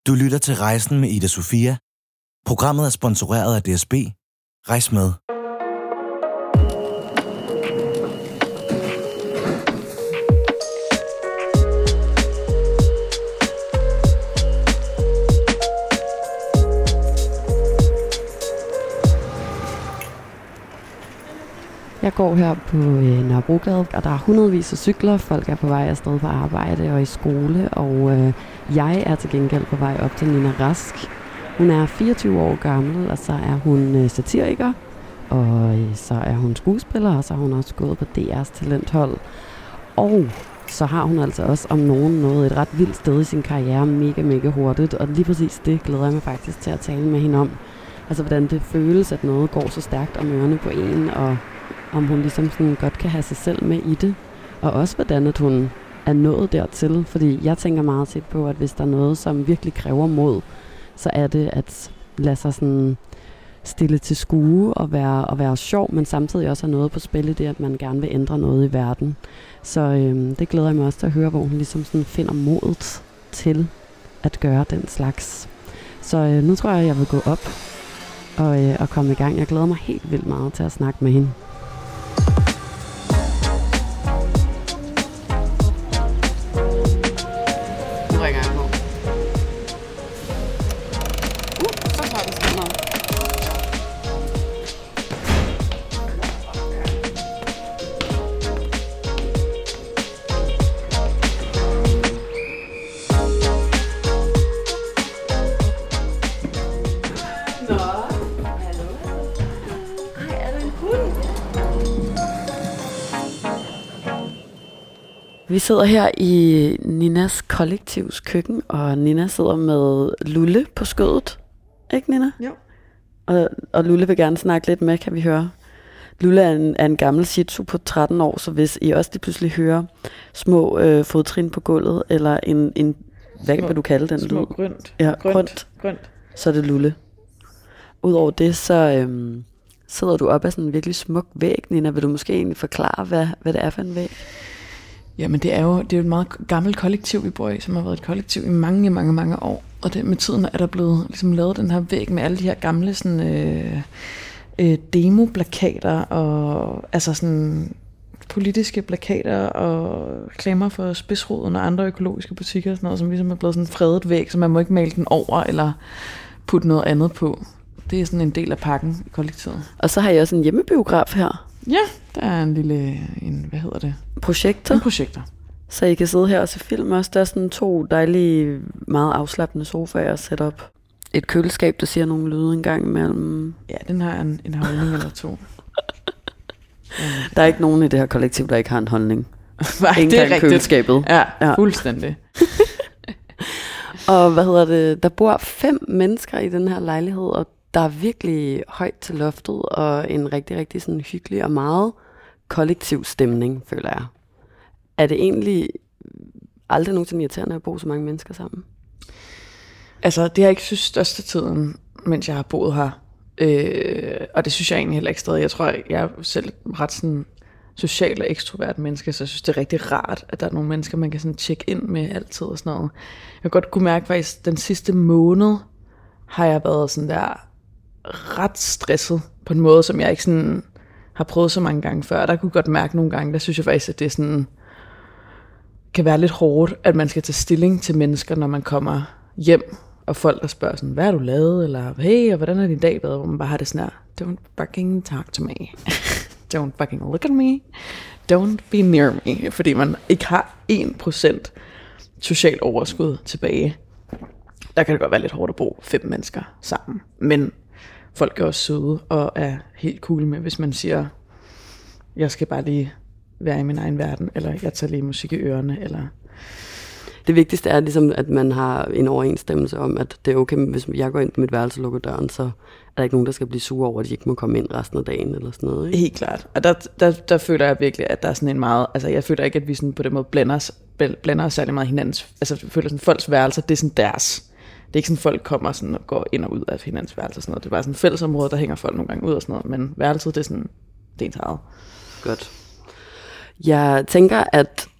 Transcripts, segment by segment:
Du lytter til Rejsen med Ida Sofia. Programmet er sponsoreret af DSB. Rejs med. Jeg går her på Nørrebrogade, og der er hundredvis af cykler. Folk er på vej afsted på arbejde og i skole, og jeg er til gengæld på vej op til Nina Rask. Hun er 24 år gammel, og så er hun satiriker, og så er hun skuespiller, og så har hun også gået på DR's talenthold. Og så har hun altså også om nogen nået et ret vildt sted i sin karriere mega hurtigt, og lige præcis det glæder jeg mig faktisk til at tale med hende om. Altså hvordan det føles, at noget går så stærkt om ørerne på en, og om hun ligesom sådan godt kan have sig selv med i det. Og også hvordan at hun er nået dertil. Fordi jeg tænker meget tit på, at hvis der er noget, som virkelig kræver mod, så er det at lade sig sådan stille til skue og være sjov, men samtidig også have noget på spil i det, at man gerne vil ændre noget i verden. Så det glæder jeg mig også til at høre, hvor hun ligesom sådan finder modet til at gøre den slags. Så nu tror jeg vil gå op og komme i gang. Jeg glæder mig helt vildt meget til at snakke med hende. Vi sidder her i Ninas kollektivs køkken, og Nina sidder med Lulle på skødet. Ikke, Nina? Jo. Og Lulle vil gerne snakke lidt med, kan vi høre. Lulle er en gammel shih tzu på 13 år, så hvis I også lige pludselig hører små fodtrin på gulvet, eller en hvad vil du kalde den? Små grønt. Ja, grønt. Så er det Lulle. Udover det, så sidder du op ad sådan en virkelig smuk væg, Nina. Vil du måske egentlig forklare, hvad det er for en væg? Jamen det er jo et meget gammelt kollektiv, vi bor i, som har været et kollektiv i mange år. Og det, med tiden er der blevet ligesom lavet den her væg med alle de her gamle sådan, demoplakater og altså sådan politiske plakater og reklamer for Spidsroden og andre økologiske butikker og sådan noget, som ligesom er blevet sådan en fredet væg, så man må ikke male den over eller putte noget andet på. Det er sådan en del af pakken i kollektivet. Og så har jeg også en hjemmebiograf her. Ja, der er en lille, hvad hedder det? Projektor. En projektor. Så I kan sidde her og se film også. Der er sådan 2 dejlige, meget afslappende sofaer at sætte op. Et køleskab, der siger nogle lyde en gang imellem. Ja, den har en holdning eller 2. Der er ikke nogen i det her kollektiv, der ikke har en holdning. Nej, det er rigtigt. Køleskabet. Ja, fuldstændig. Og der bor 5 mennesker i den her lejlighed, og der er virkelig højt til loftet, og en rigtig sådan hyggelig og meget kollektiv stemning, føler jeg. Er det egentlig aldrig nogensinde irriterende at bo så mange mennesker sammen? Altså, det har jeg ikke synes største tiden, mens jeg har boet her. Og det synes jeg egentlig heller ikke stadig. Jeg tror, jeg er selv ret sådan social og ekstrovert menneske, så jeg synes, det er rigtig rart, at der er nogle mennesker, man kan sådan tjekke ind med altid og sådan noget. Jeg kan godt kunne mærke faktisk, den sidste måned har jeg været sådan der ret stresset på en måde, som jeg ikke sådan har prøvet så mange gange før. Der kunne godt mærke nogle gange, der synes jeg faktisk, at det sådan kan være lidt hårdt, at man skal tage stilling til mennesker, når man kommer hjem, og folk der spørger sådan, hvad har du lavet, eller hey, og hvordan er din dag været, hvor man bare har det sådan her, don't fucking talk to me, don't fucking look at me, don't be near me, fordi man ikke har 1% social overskud tilbage. Der kan det godt være lidt hårdt at bo 5 mennesker sammen, men folk er også søde og er helt cool med, hvis man siger, jeg skal bare lige være i min egen verden, eller jeg tager lige musik i ørerne, eller... Det vigtigste er ligesom, at man har en overensstemmelse om, at det er okay, hvis jeg går ind på mit værelse og lukker døren, så er der ikke nogen, der skal blive sure over, at de ikke må komme ind resten af dagen, eller sådan noget, ikke? Helt klart. Og der føler jeg virkelig, at der er sådan en meget... Altså, jeg føler ikke, at vi sådan på den måde blander os særlig meget hinandens... Altså, jeg føler sådan, folks værelser, det er sådan deres... Det er ikke sådan, folk kommer sådan og går ind og ud af hinandens værelser og sådan noget. Det er bare sådan et fællesområde, der hænger folk nogle gange ud og sådan noget. Men værelset, det er sådan... Det er ens eget. Godt. Jeg tænker, at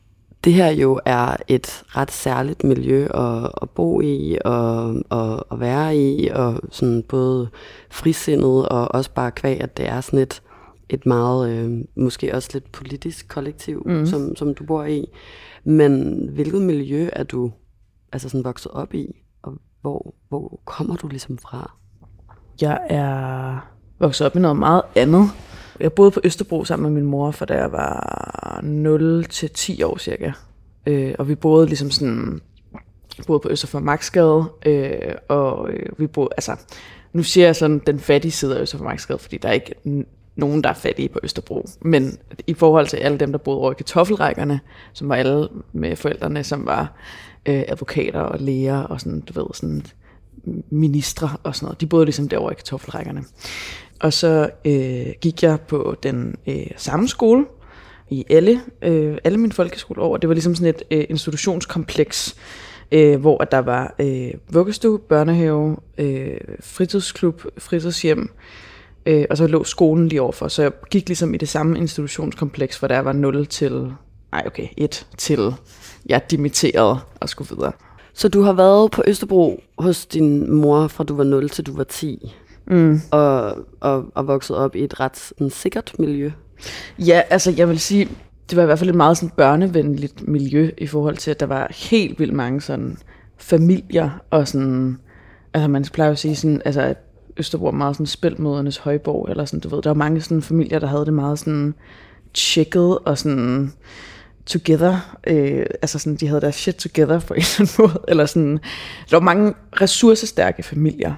det her jo er et ret særligt miljø at bo i og være i, og sådan både frisindet og også bare kvæg, at det er sådan et meget, måske også lidt politisk kollektiv, som du bor i. Men hvilket miljø er du altså sådan vokset op i, og hvor kommer du ligesom fra? Jeg er vokset op i noget meget andet. Jeg boede på Østerbro sammen med min mor, for da jeg var 0-10 år cirka. Og vi boede ligesom sådan, boede på Øster for Maxgade, og vi boede, altså, nu siger jeg sådan den fattige side af Øster for Maxgade, fordi der er ikke nogen, der er fattige på Østerbro. Men i forhold til alle dem, der boede over i kartoffelrækkerne, som var alle med forældrene, som var advokater og læger og sådan, du ved, sådan ministre og sådan noget. De boede ligesom derovre i kartoffelrækkerne. Og så gik jeg på den samme skole i alle mine folkeskoleår. Det var ligesom sådan et institutionskompleks, hvor der var vuggestue, børnehave, fritidsklub, fritidshjem, og så lå skolen lige overfor. Så jeg gik ligesom i det samme institutionskompleks, hvor der var 1 til jeg dimitterede og skulle videre. Så du har været på Østerbro hos din mor, fra du var 0 til du var 10, og vokset op i et ret sådan, sikkert miljø? Ja, altså jeg vil sige, det var i hvert fald et meget sådan børnevenligt miljø, i forhold til, at der var helt vildt mange sådan familier, og sådan, altså man plejer at sige sådan, altså at Østerbro er meget sådan spilmødernes højborg, eller sådan, du ved, der var mange sådan familier, der havde det meget sådan tjekket, og sådan together, altså sådan, de havde deres shit together på en eller anden måde, eller sådan, der var mange ressourcestærke familier,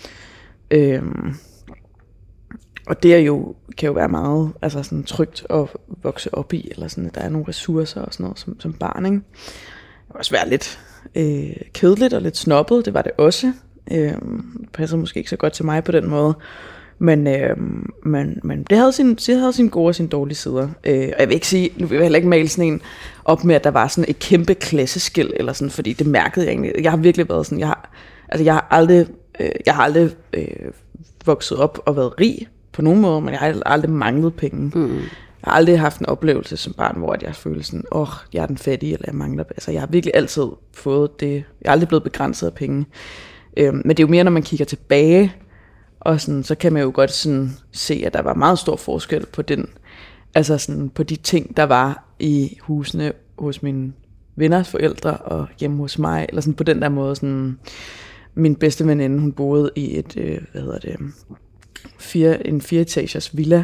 og det er jo, kan jo være meget altså sådan trygt at vokse op i, eller sådan, at der er nogle ressourcer og sådan noget som barn, ikke? Det kan også være lidt kedeligt og lidt snobbet, det var det også. Det passede måske ikke så godt til mig på den måde, men det havde sine gode og sine dårlige sider. Og jeg vil ikke sige, nu vil jeg heller ikke male sådan en op med, at der var sådan et kæmpe klasseskel, eller sådan, fordi det mærkede jeg egentlig. Jeg har virkelig været sådan, jeg har aldrig vokset op og været rig på nogen måde, men jeg har aldrig manglet penge. Jeg har aldrig haft en oplevelse som barn, hvor jeg følte sådan, jeg er den fattige, eller jeg mangler. Altså, jeg har virkelig altid fået det. Jeg er aldrig blevet begrænset af penge. Men det er jo mere, når man kigger tilbage, og sådan, så kan man jo godt sådan se, at der var meget stor forskel på altså sådan, på de ting, der var i husene hos mine venners forældre og hjemme hos mig, eller sådan på den der måde. Sådan, min bedste veninde, hun boede i et, en 4-etagers villa,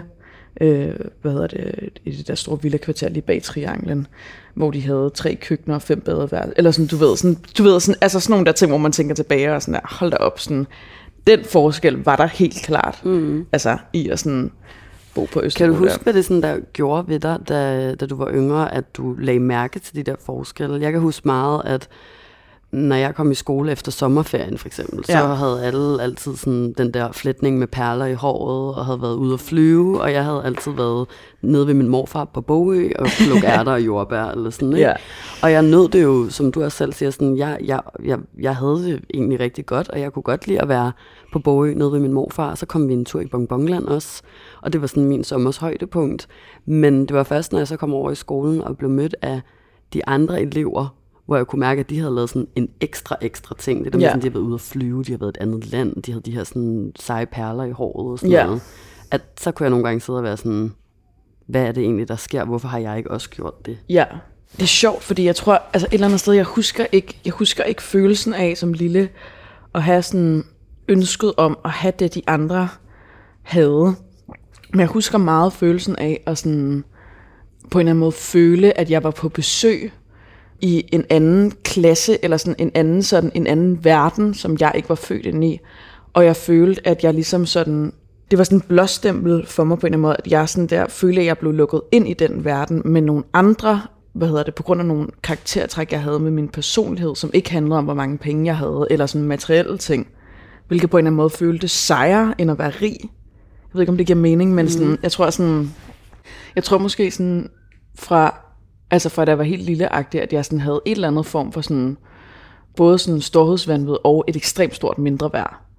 i det der store villakvarter lige bag Trianglen, hvor de havde 3 køkkener og 5 badeværelser, eller sådan, du ved sådan, altså sådan nogle der ting, hvor man tænker tilbage og sådan der, hold da op, sådan, den forskel var der helt klart, altså i at sådan bo på Østerbro. Kan du huske, hvad det sådan der gjorde ved dig, da du var yngre, at du lagde mærke til de der forskelle? Jeg kan huske meget, at når jeg kom i skole efter sommerferien for eksempel, så havde alle altid sådan den der flætning med perler i håret, og havde været ude at flyve, og jeg havde altid været nede ved min morfar på Bogø, og plukke ærter og jordbær, eller sådan, ikke? Yeah. Og jeg nød det jo, som du også selv siger, sådan, jeg havde det egentlig rigtig godt, og jeg kunne godt lide at være på Bogø nede ved min morfar, og så kom vi en tur i Bonbonland også, og det var sådan min sommers højdepunkt. Men det var først, når jeg så kom over i skolen og blev mødt af de andre elever, hvor jeg kunne mærke, at de havde lavet sådan en ekstra ting. Det der med, sådan, de har været ude at flyve, de har været et andet land, de havde de her sådan seje perler i håret og sådan noget. At så kunne jeg nogle gange sidde og være sådan, hvad er det egentlig, der sker? Hvorfor har jeg ikke også gjort det? Ja, det er sjovt, fordi jeg tror, altså et eller andet sted, jeg husker ikke følelsen af som lille, at have sådan ønsket om at have det, de andre havde. Men jeg husker meget følelsen af at sådan, på en eller anden måde føle, at jeg var på besøg i en anden klasse, eller sådan en anden verden, som jeg ikke var født ind i. Og jeg følte, at jeg ligesom sådan, det var sådan en blåstempel for mig på en eller anden måde, at jeg sådan der følte, at jeg blev lukket ind i den verden med nogle andre, på grund af nogle karaktertræk, jeg havde med min personlighed, som ikke handlede om, hvor mange penge jeg havde, eller sådan materielle ting, hvilket på en eller anden måde følte sejere, end at være rig. Jeg ved ikke, om det giver mening, men sådan, jeg tror måske sådan, fra da jeg var helt lilleagtig, at jeg sådan havde et eller andet form for sådan, både sådan storhedsvanvid og et ekstremt stort mindreværd.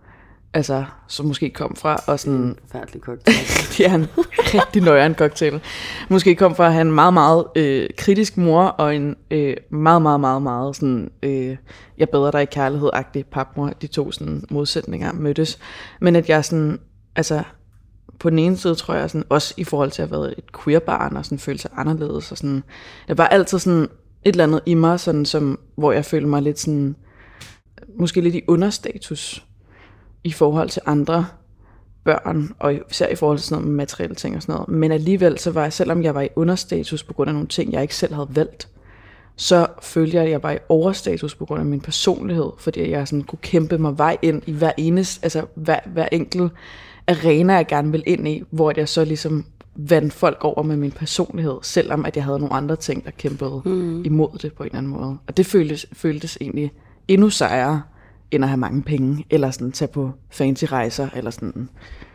altså, som måske kom fra, og sådan... En færdelig cocktail. Det er en rigtig nøjeren cocktail. Måske kom fra at have en meget, meget kritisk mor, og en meget, meget, meget, meget sådan, jeg bedre dig i kærlighed-agtig papmor. De to sådan modsætninger mødtes. Men at jeg sådan, altså, på den ene side tror jeg, sådan, også i forhold til at have været et queer-barn, og sådan føle sig anderledes, og sådan, det var altid sådan et eller andet i mig, sådan, som, hvor jeg følte mig lidt sådan, måske lidt i understatus, i forhold til andre børn, og især i forhold til sådan noget med materielle ting og sådan noget. Men alligevel, så var jeg, selvom jeg var i understatus på grund af nogle ting, jeg ikke selv havde valgt, så følte jeg, at jeg var i overstatus på grund af min personlighed, fordi jeg sådan kunne kæmpe mig vej ind i hver enkelt arena, jeg gerne ville ind i, hvor jeg så ligesom vandt folk over med min personlighed, selvom at jeg havde nogle andre ting, der kæmpede imod det på en eller anden måde. Og det føltes egentlig endnu sejere, end at have mange penge, eller sådan tage på fancy rejser, eller sådan.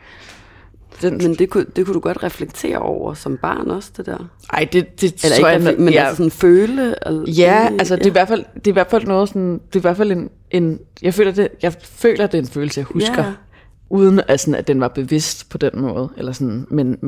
Men det kunne du godt reflektere over som barn også, det der? Ej, det eller tror ikke, men altså sådan føle? Ja, altså det er i hvert fald noget sådan, det er i hvert fald en jeg føler det er en følelse, jeg husker, uden at, sådan, at den var bevidst på den måde, eller sådan,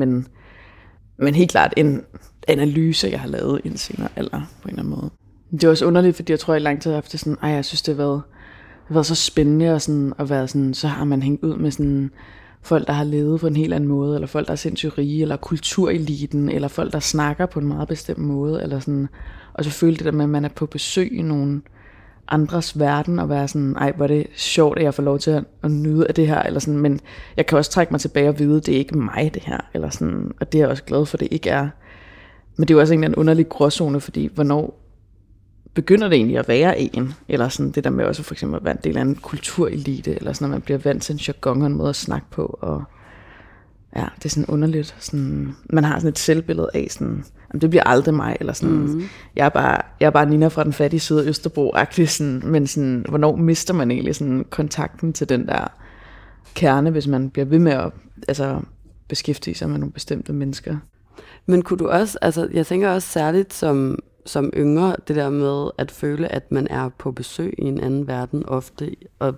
men helt klart en analyse, jeg har lavet i en senere alder, på en eller anden måde. Det er også underligt, fordi jeg tror, i lang tid har haft det sådan, jeg synes, det har været så spændende, og sådan, at være sådan, så har man hængt ud med sådan, folk, der har levet på en helt anden måde, eller folk, der er sindssygt rige, eller kultureliten, eller folk, der snakker på en meget bestemt måde, eller sådan, og så føle det der med, at man er på besøg i nogle andres verden, og være sådan, hvor er det sjovt, at jeg får lov til at nyde af det her, eller sådan, men jeg kan også trække mig tilbage og vide, at det er ikke mig, det her, eller sådan, og det er jeg også glad for, det ikke er. Men det er jo også en underlig gråzone, fordi hvornår begynder det egentlig at være en, eller sådan det der med også for eksempel at være en del af en kulturelite, eller sådan, at man bliver vant til en jargon og en måde at snakke på, og ja, det er sådan underligt, sådan, man har sådan et selvbillede af sådan, det bliver aldrig mig, eller sådan, jeg er bare Nina fra den fattige side af Østerbro-agtig, sådan, men sådan, hvornår mister man egentlig sådan kontakten til den der kerne, hvis man bliver ved med at beskæftige sig med nogle bestemte mennesker. Men kunne du også, altså jeg tænker også særligt som yngre, det der med at føle, at man er på besøg i en anden verden ofte,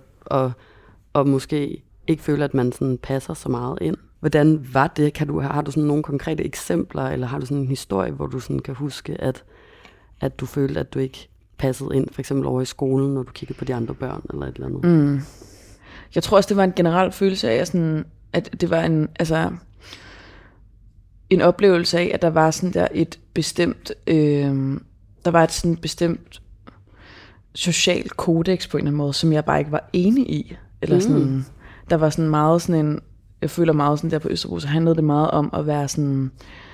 og måske ikke føle, at man sådan passer så meget ind. Hvordan var det? Har du sådan nogle konkrete eksempler, eller har du sådan en historie, hvor du sådan kan huske, at du følte, at du ikke passede ind, for eksempel over i skolen, når du kiggede på de andre børn, eller et eller andet? Jeg tror også, det var en generel følelse af, sådan, at det var en oplevelse af, at der var sådan der et bestemt, bestemt social kodex på en eller anden måde, som jeg bare ikke var enig i. Eller sådan, der var sådan meget sådan en, jeg føler meget sådan der på Østerbro, så handlede det meget om at være sådan,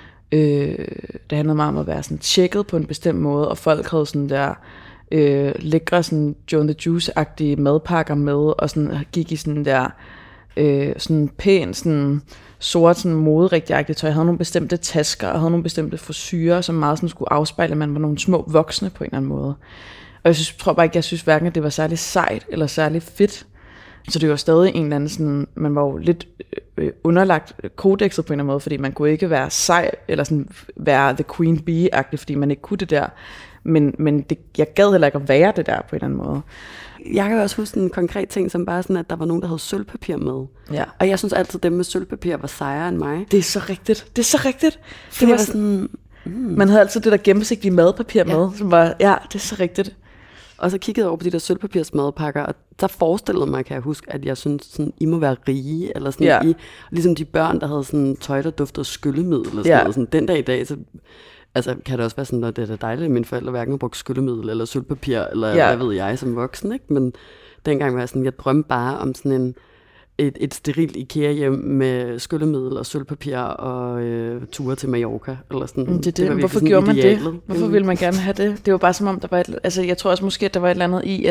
det handlede meget om at være sådan tjekket på en bestemt måde, og folk havde sådan der lækre sådan Joe and the Juice-agtige madpakker med, og sådan gik i sådan der sådan pæn sådan sort sådan moderigtigt tøj. Jeg havde nogle bestemte tasker, og havde nogle bestemte frisyrer, som meget sådan skulle afspejle, at man var nogle små voksne på en eller anden måde. Og jeg tror bare ikke, jeg synes hverken, at det var særlig sejt eller særlig fedt. Så det var stadig en eller anden sådan, man var jo lidt underlagt kodexet på en eller anden måde, fordi man kunne ikke være sej, eller sådan være the queen bee-agtig, fordi man ikke kunne det der. Men jeg gad heller ikke at være det der på en eller anden måde. Jeg kan også huske en konkret ting, som bare sådan, at der var nogen, der havde sølvpapir med. Ja. Og jeg synes altid, at dem med sølvpapir var sejere end mig. Det er så rigtigt. Det var sådan, man havde altid det der gennemsigtige madpapir med, som var, det er så rigtigt. Og så kiggede jeg over på de der sølvpapirsmadpakker, og der forestillede mig, kan jeg huske, at jeg synes, sådan, I må være rige, eller sådan, ligesom de børn, der havde sådan tøj, der duftede skyllemiddel, eller sådan noget. Sådan, den dag i dag, så altså, kan det også være sådan, at det er dejligt, at mine forældre hverken har brugt skyllemiddel, eller sølvpapir, eller hvad ved jeg, som voksen, ikke? Men dengang var jeg sådan, jeg drømte bare om sådan et sterilt IKEA-hjem med skyllemiddel og sølvpapir og ture til Mallorca, eller sådan. Det var hvorfor gjorde man idealet. Det? Hvorfor ville man gerne have det? Det var bare som om, der var jeg tror også måske, at der var et eller andet i,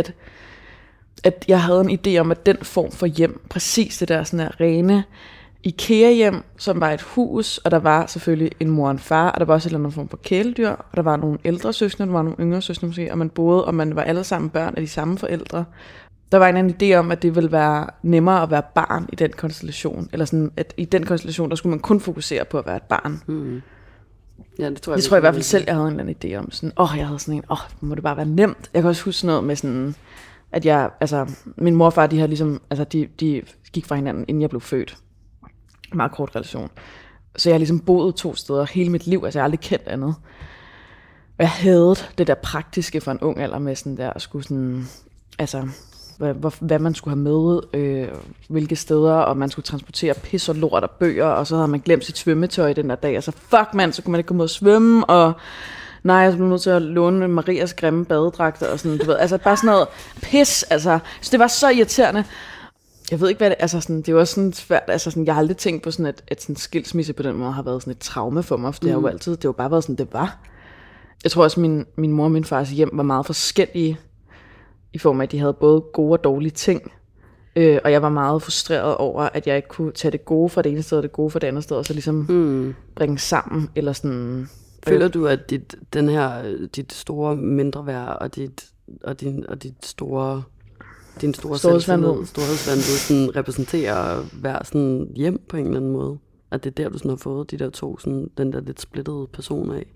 at jeg havde en idé om, at den form for hjem, præcis det der sådan der rene IKEA-hjem, som var et hus, og der var selvfølgelig en mor og en far, og der var også et eller andet form for kæledyr, og der var nogle ældre søskende, der var nogle yngre søskende måske, og man var alle sammen børn af de samme forældre. Der var en anden idé om, at det ville være nemmere at være barn i den konstellation, eller sådan, at i den konstellation, der skulle man kun fokusere på at være et barn. Ja, det tror jeg i hvert fald selv, jeg havde en eller anden idé om. Sådan, jeg havde sådan en, må det bare være nemt. Jeg kan også huske noget med sådan, at jeg, altså, min mor og far, de har ligesom, altså, de gik fra hinanden, inden jeg blev født. Meget kort relation. Så jeg har ligesom boet 2 steder hele mit liv, altså jeg har aldrig kendt andet. Og jeg havde det der praktiske for en ung alder med sådan der, at skulle sådan, altså, hvad man skulle have med, hvilke steder, og man skulle transportere pis og lort og bøger, og så havde man glemt sit svømmetøj den der dag, og så fuck mand, så kunne man ikke komme ud og svømme, og nej, jeg blev nødt til at låne Marias grimme badedragter, og sådan, du ved, altså bare sådan noget pis, altså, så det var så irriterende. Jeg ved ikke, hvad det, altså sådan, det var også sådan svært, altså sådan, jeg har aldrig tænkt på sådan, at sådan skilsmisse på den måde har været sådan et traume for mig, for det har jo altid, det har jo bare været sådan, det var. Jeg tror også, min mor og min fars hjem var meget forskellige, i form af, at de havde både gode og dårlige ting. Og jeg var meget frustreret over, at jeg ikke kunne tage det gode fra det ene sted, og det gode fra det andet sted, og så ligesom bringe sammen, eller sådan. Føler du, at dit store mindreværd, og din store storhedsvandvid sådan repræsenterer hver sådan hjem på en eller anden måde? At det er der, du sådan har fået de der 2, sådan, den der lidt splittede person af?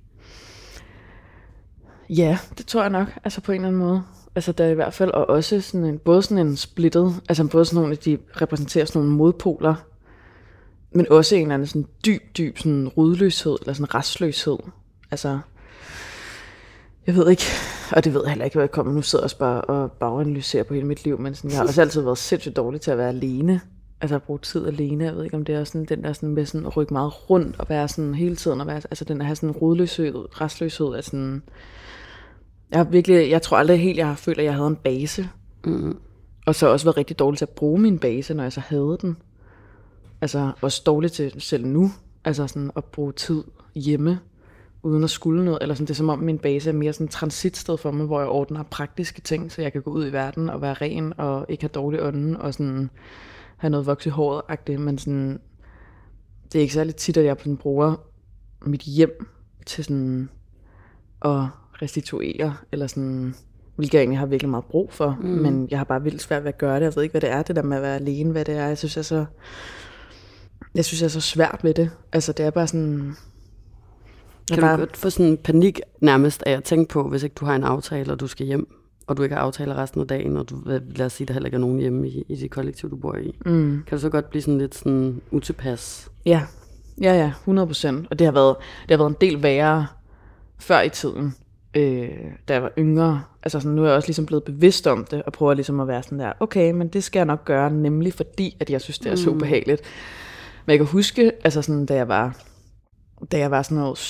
Ja, det tror jeg nok, altså på en eller anden måde. Altså der er i hvert fald, og også sådan både sådan en splittet, altså både sådan nogle, de repræsenterer sådan nogle modpoler, men også en eller anden sådan dyb sådan rodløshed, eller sådan restløshed. Altså, jeg ved ikke, og det ved jeg heller ikke, hvor jeg kommer. Nu sidder jeg bare og baganalyserer på hele mit liv, men sådan, jeg har også altid været sindssygt dårlig til at være alene. Altså at bruge tid alene. Jeg ved ikke, om det er sådan den der sådan med sådan at rykke meget rundt og være sådan hele tiden, og være, altså den at have sådan en rodløshed, restløshed, er sådan. Jeg tror aldrig helt, jeg har følt, at jeg havde en base. Og så også været rigtig dårlig til at bruge min base, når jeg så havde den. Altså også dårlig til selv nu, altså sådan at bruge tid hjemme, uden at skulle noget. Eller sådan, det er som om min base er mere sådan et transitsted for mig, hvor jeg ordner praktiske ting, så jeg kan gå ud i verden og være ren, og ikke have dårlig ånden, og sådan have noget voks i håret-agtigt. Men sådan, det er ikke særlig tit, at jeg sådan bruger mit hjem til sådan at restituere, eller sådan, hvilket jeg egentlig har virkelig meget brug for, men jeg har bare vildt svært ved at gøre det. Jeg ved ikke, hvad det er, det der med at være alene, hvad det er. Jeg synes, jeg er så svært ved det. Altså, det er bare sådan. Kan du godt få sådan panik nærmest af at tænke på, hvis ikke du har en aftale, og du skal hjem, og du ikke har aftaler resten af dagen, og du, lad os sige, der heller ikke er nogen hjemme i det kollektiv, du bor i. Kan du så godt blive sådan lidt sådan utilpas? Ja, 100%. Og det har været en del værre før i tiden, da jeg var yngre. Altså sådan, nu er jeg også ligesom blevet bevidst om det, og prøver ligesom at være sådan der, okay, men det skal jeg nok gøre, nemlig fordi, at jeg synes, det er så ubehageligt. Men jeg kan huske, altså sådan, da jeg var sådan noget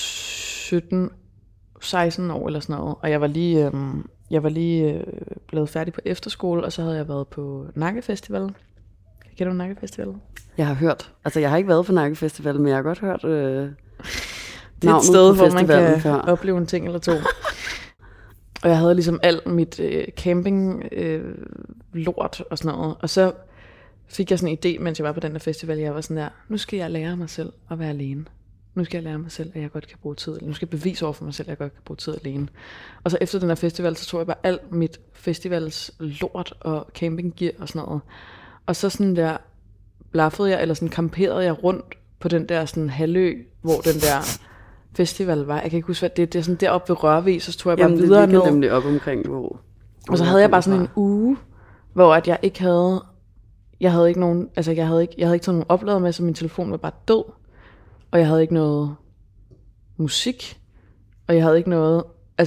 17-16 år eller sådan noget, og jeg var lige blevet færdig på efterskole, og så havde jeg været på Nakkefestival. Kender du Nakkefestival? Jeg har hørt. Altså, jeg har ikke været på Nakkefestival, men jeg har godt hørt det er et sted, hvor man kan opleve en ting eller 2. Og jeg havde ligesom alt mit camping-lort og sådan noget. Og så fik jeg sådan en idé, mens jeg var på den der festival. Jeg var sådan der, nu skal jeg lære mig selv at være alene. Nu skal jeg lære mig selv, at jeg godt kan bruge tid. Nu skal jeg bevise over for mig selv, at jeg godt kan bruge tid alene. Og så efter den der festival, så tog jeg bare alt mit festivals lort og campinggear og sådan noget. Og så sådan der blaffede jeg, eller sådan kamperede jeg rundt på den der sådan halvø, hvor den der festival var. Jeg kan ikke huske, hvad det er sådan deroppe ved Rørvig, så tog jeg bare videre ned. Det nemlig op omkring, hvor og så havde jeg bare sådan en uge, hvor at jeg ikke havde, jeg havde ikke taget nogen oplader med, så min telefon var bare død. Og jeg havde ikke noget musik, og jeg havde ikke noget,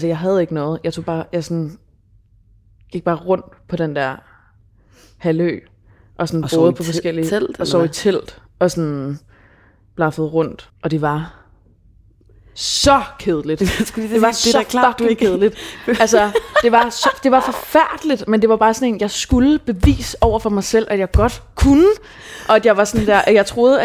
jeg gik bare rundt på den der halvø, og sådan boede på forskellige, telt, og så i telt, og sådan blaffede rundt, og det var så kedeligt. Det var så fucking kedeligt. Altså, det var forfærdeligt, men det var bare sådan en, jeg skulle bevise over for mig selv, at jeg godt kunne, og at jeg var sådan der, at jeg troede,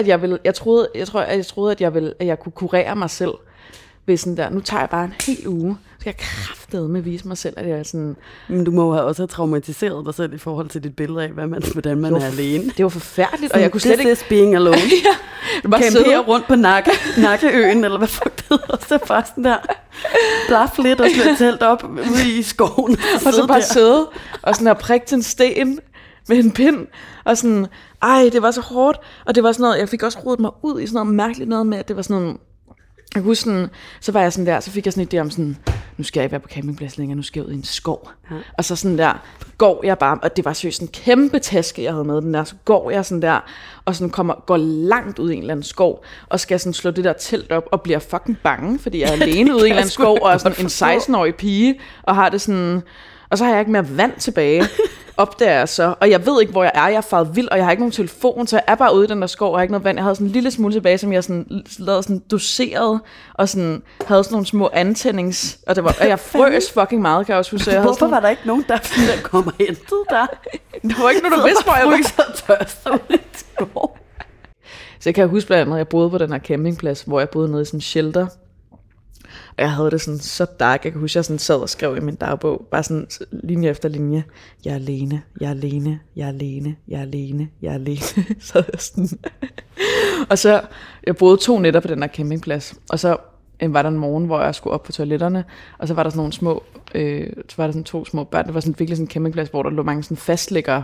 at jeg kunne kurere mig selv ved sådan der, nu tager jeg bare en hel uge, så skal jeg kraftedeme vise mig selv, at jeg er sådan. Men du må også have traumatiseret dig selv i forhold til dit billede af, hvordan man er alene. Det var forfærdeligt, og jeg kunne slet ikke. This is being alone. Du bare sidde rundt på Nakkeøen, eller hvad fuck det hedder, så bare sådan der, blaf lidt og slå telt op ude i skoven. Og så bare sidde og sådan og prikke til en sten med en pind, og sådan, det var så hårdt, og det var sådan noget, jeg fik også rodet mig ud i sådan noget mærkeligt noget med, at det var sådan noget, Jeg kan huske sådan, så var jeg sådan der, så fik jeg sådan en idé om sådan, nu skal jeg ikke være på campingpladsen længere, nu skal jeg ud i en skov. Ja. Og så sådan der, går jeg bare, og det var seriøst en kæmpe taske, jeg havde med den der, så går jeg sådan der, og sådan går langt ud i en eller anden skov, og skal sådan slå det der telt op, og bliver fucking bange, fordi jeg er alene ude i en eller anden skov, og er sådan en 16-årig pige, og har det sådan, og så har jeg ikke mere vand tilbage, opdager jeg så, og jeg ved ikke, hvor jeg er, jeg er faret vild, og jeg har ikke nogen telefon, så jeg er bare ude i den der skov, og jeg har ikke noget vand, jeg havde sådan en lille smule tilbage, som jeg sådan lavede sådan doseret, og sådan havde sådan nogle små antændings, og jeg frøs fucking meget, kan jeg også huske. Hvorfor var der ikke nogen, der kommer og hentede dig? Der var ikke nogen, der vidste, hvor jeg var. Så tørst ud i en skov. Så jeg kan huske blandt andet, at jeg boede på den her campingplads, hvor jeg boede nede i sådan en shelter. Og jeg havde det sådan så dark. Jeg kan huske, at jeg sådan sad og skrev i min dagbog, bare sådan linje efter linje. Jeg er alene, jeg er alene, jeg er alene, jeg er alene, jeg er alene. Så jeg sådan. Og så, jeg boede 2 nætter på den her campingplads. Og så var der en morgen, hvor jeg skulle op på toiletterne. Og så var der sådan nogle små, så var der sådan 2 små børn. Det var sådan virkelig sådan en campingplads, hvor der lå mange sådan fastlæggere.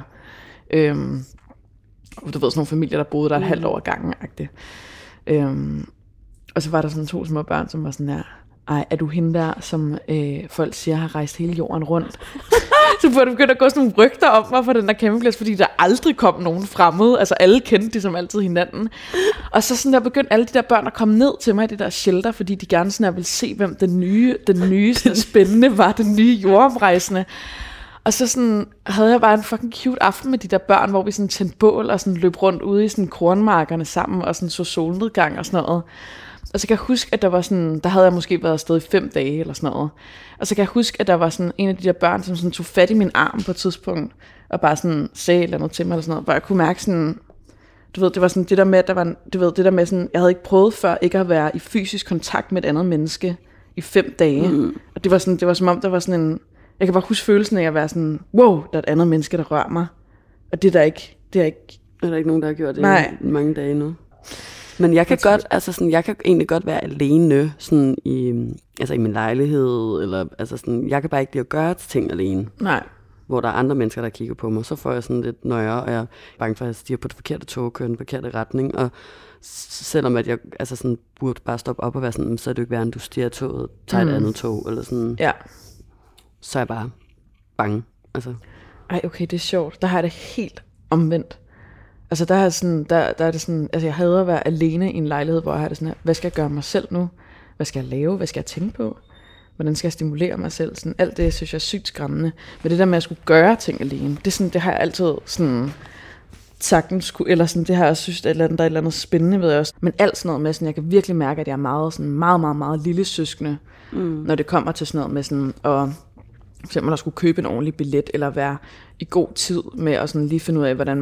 Du ved, sådan nogle familier, der boede der et halvt år ad gangen-agtigt. Og så var der sådan 2 små børn, som var sådan her, ej, er du hende der, som folk siger har rejst hele jorden rundt? Så begyndte at gå sådan nogle rygter om mig fra den der campingplads, fordi der aldrig kom nogen fremmede. Altså alle kendte de som altid hinanden. Og så sådan der begyndte alle de der børn at komme ned til mig i det der shelter, fordi de gerne sådan her ville se, hvem den nye sådan spændende var, den nye jordomrejsende. Og så sådan, havde jeg bare en fucking cute aften med de der børn, hvor vi sådan tændte bål og sådan løb rundt ude i sådan kornmarkerne sammen og sådan så solnedgang og sådan noget. Og så kan jeg huske, at der var sådan, der havde jeg måske været afsted i 5 dage eller sådan noget. Og så kan jeg huske, at der var sådan en af de der børn, som sådan tog fat i min arm på et tidspunkt, og bare sådan sagde et eller andet til mig eller sådan noget, hvor jeg kunne mærke sådan, du ved, det var sådan det der med, at der var, du ved, det der med sådan, jeg havde ikke prøvet før ikke at være i fysisk kontakt med et andet menneske i 5 dage. Og det var som om, der var sådan en, jeg kan bare huske følelsen af at være sådan, wow, der er et andet menneske, der rører mig. Og det er der ikke, Er der ikke nogen, der har gjort det i mange dage nu? Men jeg kan godt, altså sådan, jeg kan egentlig godt være alene, sådan i min lejlighed, eller altså sådan, jeg kan bare ikke lide at gøre ting alene. Nej. Hvor der er andre mennesker, der kigger på mig, så får jeg sådan lidt nøjere, og jeg er bange for, at jeg stiger på det forkerte tog, kører den forkerte retning, og selvom at jeg altså sådan, burde bare stoppe op og være sådan, så er det jo ikke værre, end du stiger toget, tager et andet tog, eller sådan. Ja. Så er jeg bare bange, altså. Ej, okay, det er sjovt. Der har jeg det helt omvendt. Altså der er det sådan, altså jeg hader at være alene i en lejlighed, hvor jeg har det sådan her, hvad skal jeg gøre mig selv nu? Hvad skal jeg lave? Hvad skal jeg tænke på? Hvordan skal jeg stimulere mig selv? Sådan, alt det synes jeg er sygt skræmmende. Men det der med at skulle gøre ting alene, det er sådan, det har jeg altid sådan sagtens skulle, eller sådan, det har jeg synes, at der er et eller andet spændende ved også. Men alt sådan noget med sådan, jeg kan virkelig mærke, at jeg er meget lille søskende, når det kommer til sådan noget med sådan, og for eksempel at skulle købe en ordentlig billet, eller være i god tid med at sådan lige finde ud af, hvordan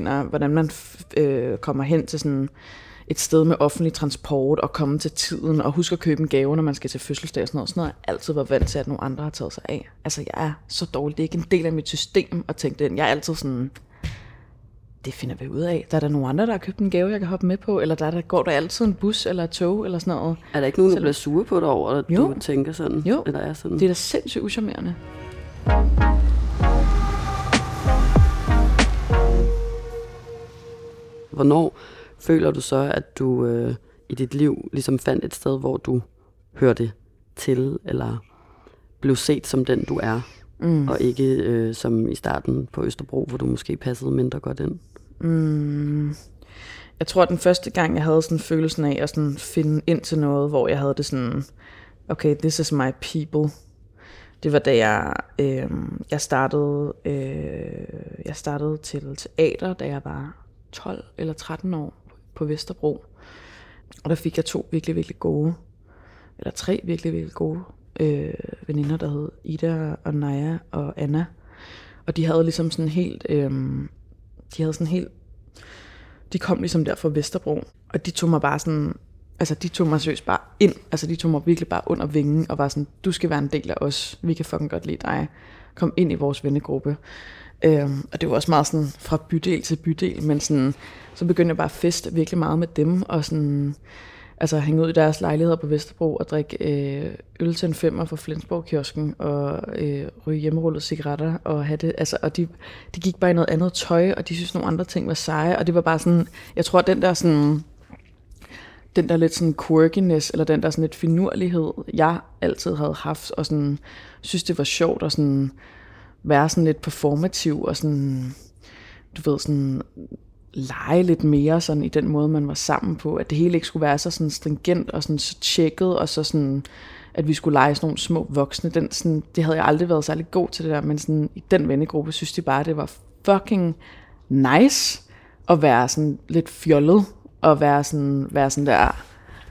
man kommer hen til sådan et sted med offentlig transport, og komme til tiden, og huske at købe en gave, når man skal til fødselsdag og sådan noget. Sådan noget jeg altid var vant til, at nogle andre har taget sig af. Altså, jeg er så dårlig. Det er ikke en del af mit system at tænke det. Jeg er altid sådan, det finder vi ud af. Der er der nogle andre, der har købt en gave, jeg kan hoppe med på, eller går der altid en bus eller et tog, eller sådan noget. Er der ikke nogen, der bliver sure på dig over, at du tænker sådan? Jo, eller er sådan? Det er da sindssygt uschammerende. Hvornår føler du så, at du i dit liv ligesom fandt et sted, hvor du hørte til, eller blev set som den, du er, og ikke som i starten på Østerbro, hvor du måske passede mindre godt ind? Jeg tror, at den første gang, jeg havde sådan følelsen af at sådan finde ind til noget, hvor jeg havde det sådan, okay, this is my people. Det var da jeg startede til teater, da jeg var 12 eller 13 år på Vesterbro. Og der fik jeg 3 virkelig gode veninder, der hed Ida og Naja og Anna. Og de havde ligesom sådan helt, de kom ligesom der fra Vesterbro, og de tog mig bare sådan, altså de tog mig seriøst bare ind, altså de tog mig virkelig bare under vingen, og var sådan, du skal være en del af os, vi kan fucking godt lide dig, kom ind i vores vennegruppe. Og det var også meget sådan fra bydel til bydel, men sådan, så begyndte jeg bare at feste virkelig meget med dem, og sådan, altså hænge ud i deres lejligheder på Vesterbro og drikke øl til en 5'er fra Flensborg-kiosken og ryge hjemmerullede cigaretter og have det, altså, og de gik bare i noget andet tøj, og de synes nogle andre ting var seje, og det var bare sådan, jeg tror den der sådan, den der lidt sådan quirkiness, eller den der sådan lidt finurlighed, jeg altid havde haft, og sådan synes, det var sjovt at sådan være sådan lidt performativ, og sådan, du ved, sådan lege lidt mere sådan i den måde, man var sammen på, at det hele ikke skulle være så sådan stringent, og sådan så tjekket, og så sådan, at vi skulle lege sådan nogle små voksne. Det havde jeg aldrig været særlig god til det der, men sådan, i den vennegruppe synes de bare, det var fucking nice at være sådan lidt fjollet, og være sådan der,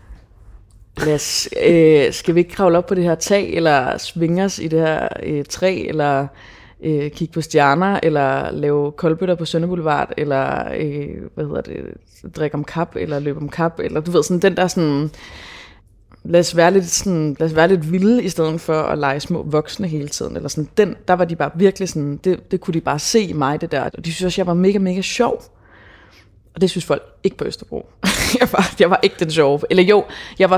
skal vi ikke kravle op på det her tag, eller svinge os i det her træ, eller kigge på stjerner, eller lave koldbøtter på Sønder Boulevard, eller drikke om kap, eller løbe om kap, eller du ved, sådan den der sådan, lad os være lidt vilde, i stedet for at lege små voksne hele tiden, eller sådan, der var de bare virkelig sådan, det kunne de bare se i mig, det der, og de synes også, jeg var mega, mega sjov. Og det synes folk ikke på Østerbro. jeg var ikke den sjove. Eller jo, jeg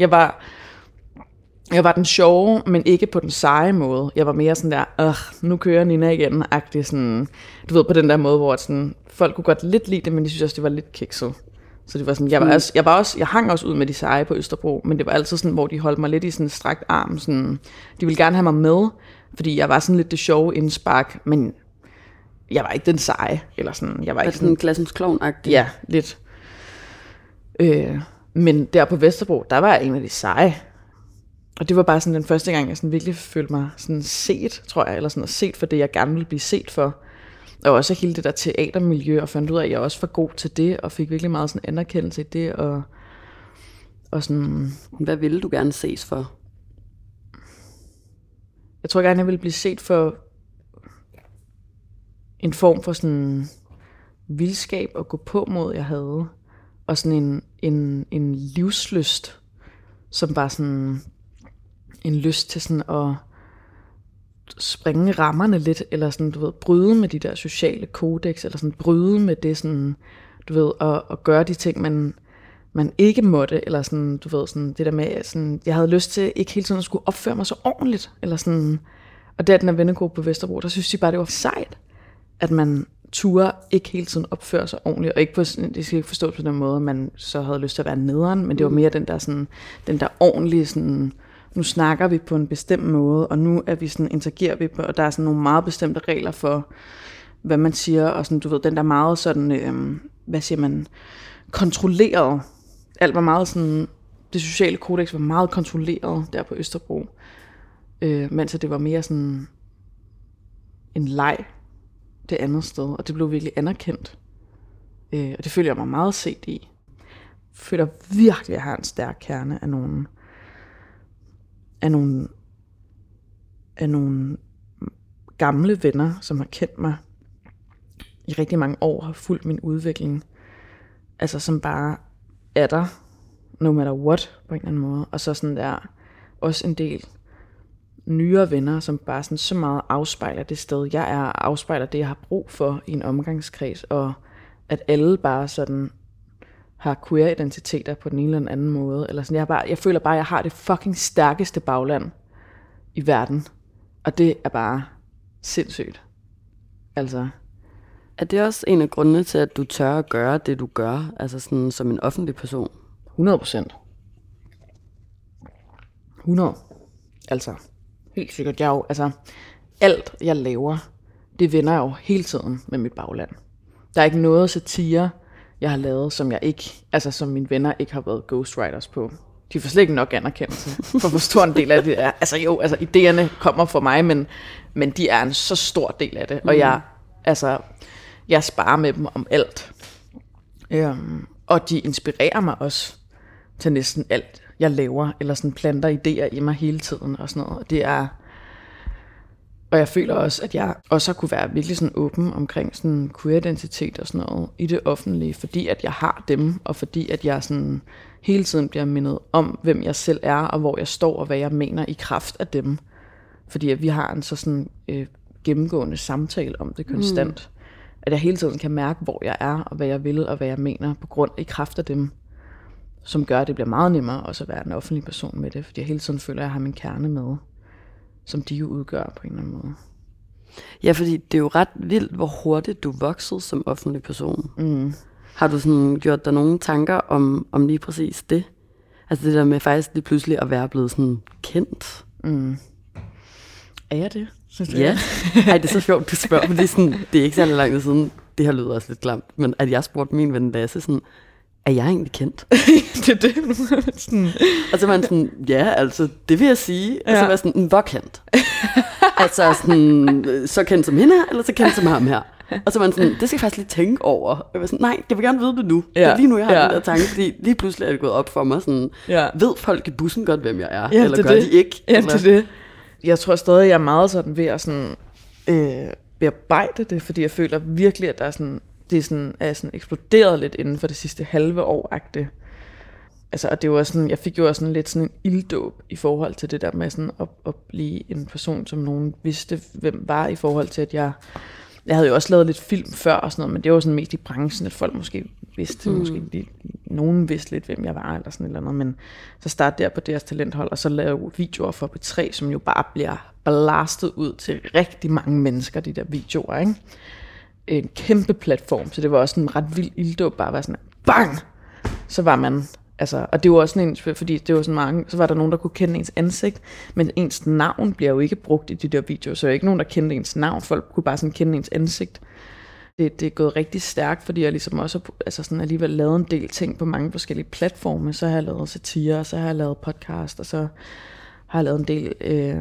var den sjove, men ikke på den seje måde. Jeg var mere sådan der, nu kører Nina igen, agtig sådan, du ved, på den der måde, hvor sådan, folk kunne godt lidt lide det, men de synes også, det var lidt kikset. Så det var sådan, jeg hang også ud med de seje på Østerbro, men det var altid sådan, hvor de holdt mig lidt i sådan en strakt arm, sådan, de ville gerne have mig med, fordi jeg var sådan lidt det sjove indspark, men jeg var ikke den seje, eller sådan, jeg var ikke sådan klassens klovn-agtig. Ja, lidt. Men der på Vesterbro, der var jeg en af de seje. Og det var bare sådan den første gang, jeg sådan virkelig følte mig sådan set, tror jeg, eller sådan set for det, jeg gerne ville blive set for. Og også hele det der teatermiljø, og fandt ud af, at jeg også var god til det, og fik virkelig meget sådan anerkendelse i det, og sådan. Hvad ville du gerne ses for? Jeg tror gerne, jeg ville blive set for en form for sådan vildskab og gå på mod, jeg havde. Og sådan en livslyst, som var sådan en lyst til sådan at springe rammerne lidt, eller sådan, du ved, bryde med de der sociale kodex, eller sådan bryde med det sådan, du ved, og gøre de ting, man ikke måtte, eller sådan, du ved, sådan det der med, sådan, jeg havde lyst til ikke hele tiden at skulle opføre mig så ordentligt, eller sådan, og der den her vennegruppe på Vesterbro, der synes de bare, det var sejt, at man turde ikke hele tiden opføre sig ordentligt, og ikke på, det skal ikke forstås på den måde, at man så havde lyst til at være nederen, men det var mere den der ordentlige sådan, nu snakker vi på en bestemt måde, og nu er vi sådan, interagerer vi på, og der er sådan nogle meget bestemte regler for, hvad man siger, og sådan, du ved, den der meget sådan, hvad siger man, kontrolleret. Alt var meget sådan, det sociale kodex var meget kontrolleret der på Østerbro, mens det var mere sådan en leg det andet sted, og det blev virkelig anerkendt. Og det føler jeg mig meget set i. Jeg føler virkelig, at jeg har en stærk kerne af nogle gamle venner, som har kendt mig i rigtig mange år, har fulgt min udvikling. Altså som bare er der, no matter what, på en eller anden måde. Og så sådan der, også en del nyere venner, som bare sådan så meget afspejler det sted, jeg er, afspejler det, jeg har brug for i en omgangskreds, og at alle bare sådan har queer-identiteter på den ene eller anden måde. Eller sådan, jeg føler bare, at jeg har det fucking stærkeste bagland i verden. Og det er bare sindssygt. Altså. Er det også en af grundene til, at du tør at gøre det, du gør? Altså sådan som en offentlig person? 100%. 100. Altså, helt sikkert. Jeg jo, altså, alt jeg laver, det vender jeg jo hele tiden med mit bagland. Der er ikke noget satire, jeg har lavet, som jeg ikke, altså som mine venner ikke har været ghostwriters på. De får slet ikke nok anerkendelse, for hvor stor en del af det er. Altså jo, altså idéerne kommer fra mig, men de er en så stor del af det, og jeg sparer med dem om alt. Og de inspirerer mig også til næsten alt, jeg laver, eller sådan planter idéer i mig hele tiden og sådan noget. Det er, og jeg føler også, at jeg også har kunne være virkelig sådan åben omkring sådan queer-identitet og sådan noget i det offentlige, fordi at jeg har dem, og fordi at jeg sådan hele tiden bliver mindet om, hvem jeg selv er, og hvor jeg står, og hvad jeg mener i kraft af dem. Fordi at vi har en så sådan gennemgående samtale om det konstant. At jeg hele tiden kan mærke, hvor jeg er, og hvad jeg vil, og hvad jeg mener, på grund i kraft af dem, som gør, at det bliver meget nemmere også at være en offentlig person med det, fordi jeg hele tiden føler, at jeg har min kerne med, som de jo udgør på en eller anden måde. Ja, fordi det er jo ret vildt, hvor hurtigt du voksede som offentlig person. Har du sådan gjort dig nogle tanker om lige præcis det? Altså det der med faktisk lige pludselig at være blevet sådan kendt. Er jeg det? Synes du, Ja. Ej, det er så sjovt, du spørger, for det er ikke særlig lang tid siden, det her lyder også lidt klamt, men at jeg spurgte min ven Lasse sådan, er jeg egentlig kendt? det er det. Sådan. Og så var han sådan, ja, altså, det vil jeg sige. Og så var jeg sådan, hvor kendt? Altså sådan, så kendt som hende her, eller så kendt som ham her? Og så var han sådan, det skal jeg faktisk lige tænke over. Og jeg var sådan, nej, jeg vil gerne vide det nu. Det er lige nu, jeg har den der tanke, fordi lige pludselig er det gået op for mig sådan, ved folk i bussen godt, hvem jeg er? Ja, eller gør de ikke? Ja, det er det. Jeg tror stadig, jeg er meget sådan ved at sådan, bearbejde det, fordi jeg føler virkelig, at der er sådan, det er sådan eksploderet lidt inden for det sidste halve år-agtigt. Altså, og det var sådan, jeg fik jo også sådan lidt sådan en ilddåb i forhold til det der med sådan at blive en person, som nogen vidste, hvem var, i forhold til, at jeg havde jo også lavet lidt film før og sådan noget, men det var sådan mest i branchen, at folk måske vidste, måske nogen vidste lidt, hvem jeg var, eller sådan et eller andet, men så startede jeg på deres talenthold, og så lavede jeg videoer for P3, som jo bare bliver blastet ud til rigtig mange mennesker, de der videoer, ikke? En kæmpe platform, så det var også en ret vild ilddåb, bare var sådan, bang! Så var man, altså, og det var også sådan en, fordi det var sådan mange, så var der nogen, der kunne kende ens ansigt, men ens navn bliver jo ikke brugt i de der videoer, så er ikke nogen, der kendte ens navn, folk kunne bare sådan kende ens ansigt. Det er gået rigtig stærkt, fordi jeg ligesom også altså sådan alligevel lavet en del ting på mange forskellige platforme, så har jeg lavet satire, og så har jeg lavet podcast, og så har jeg lavet en del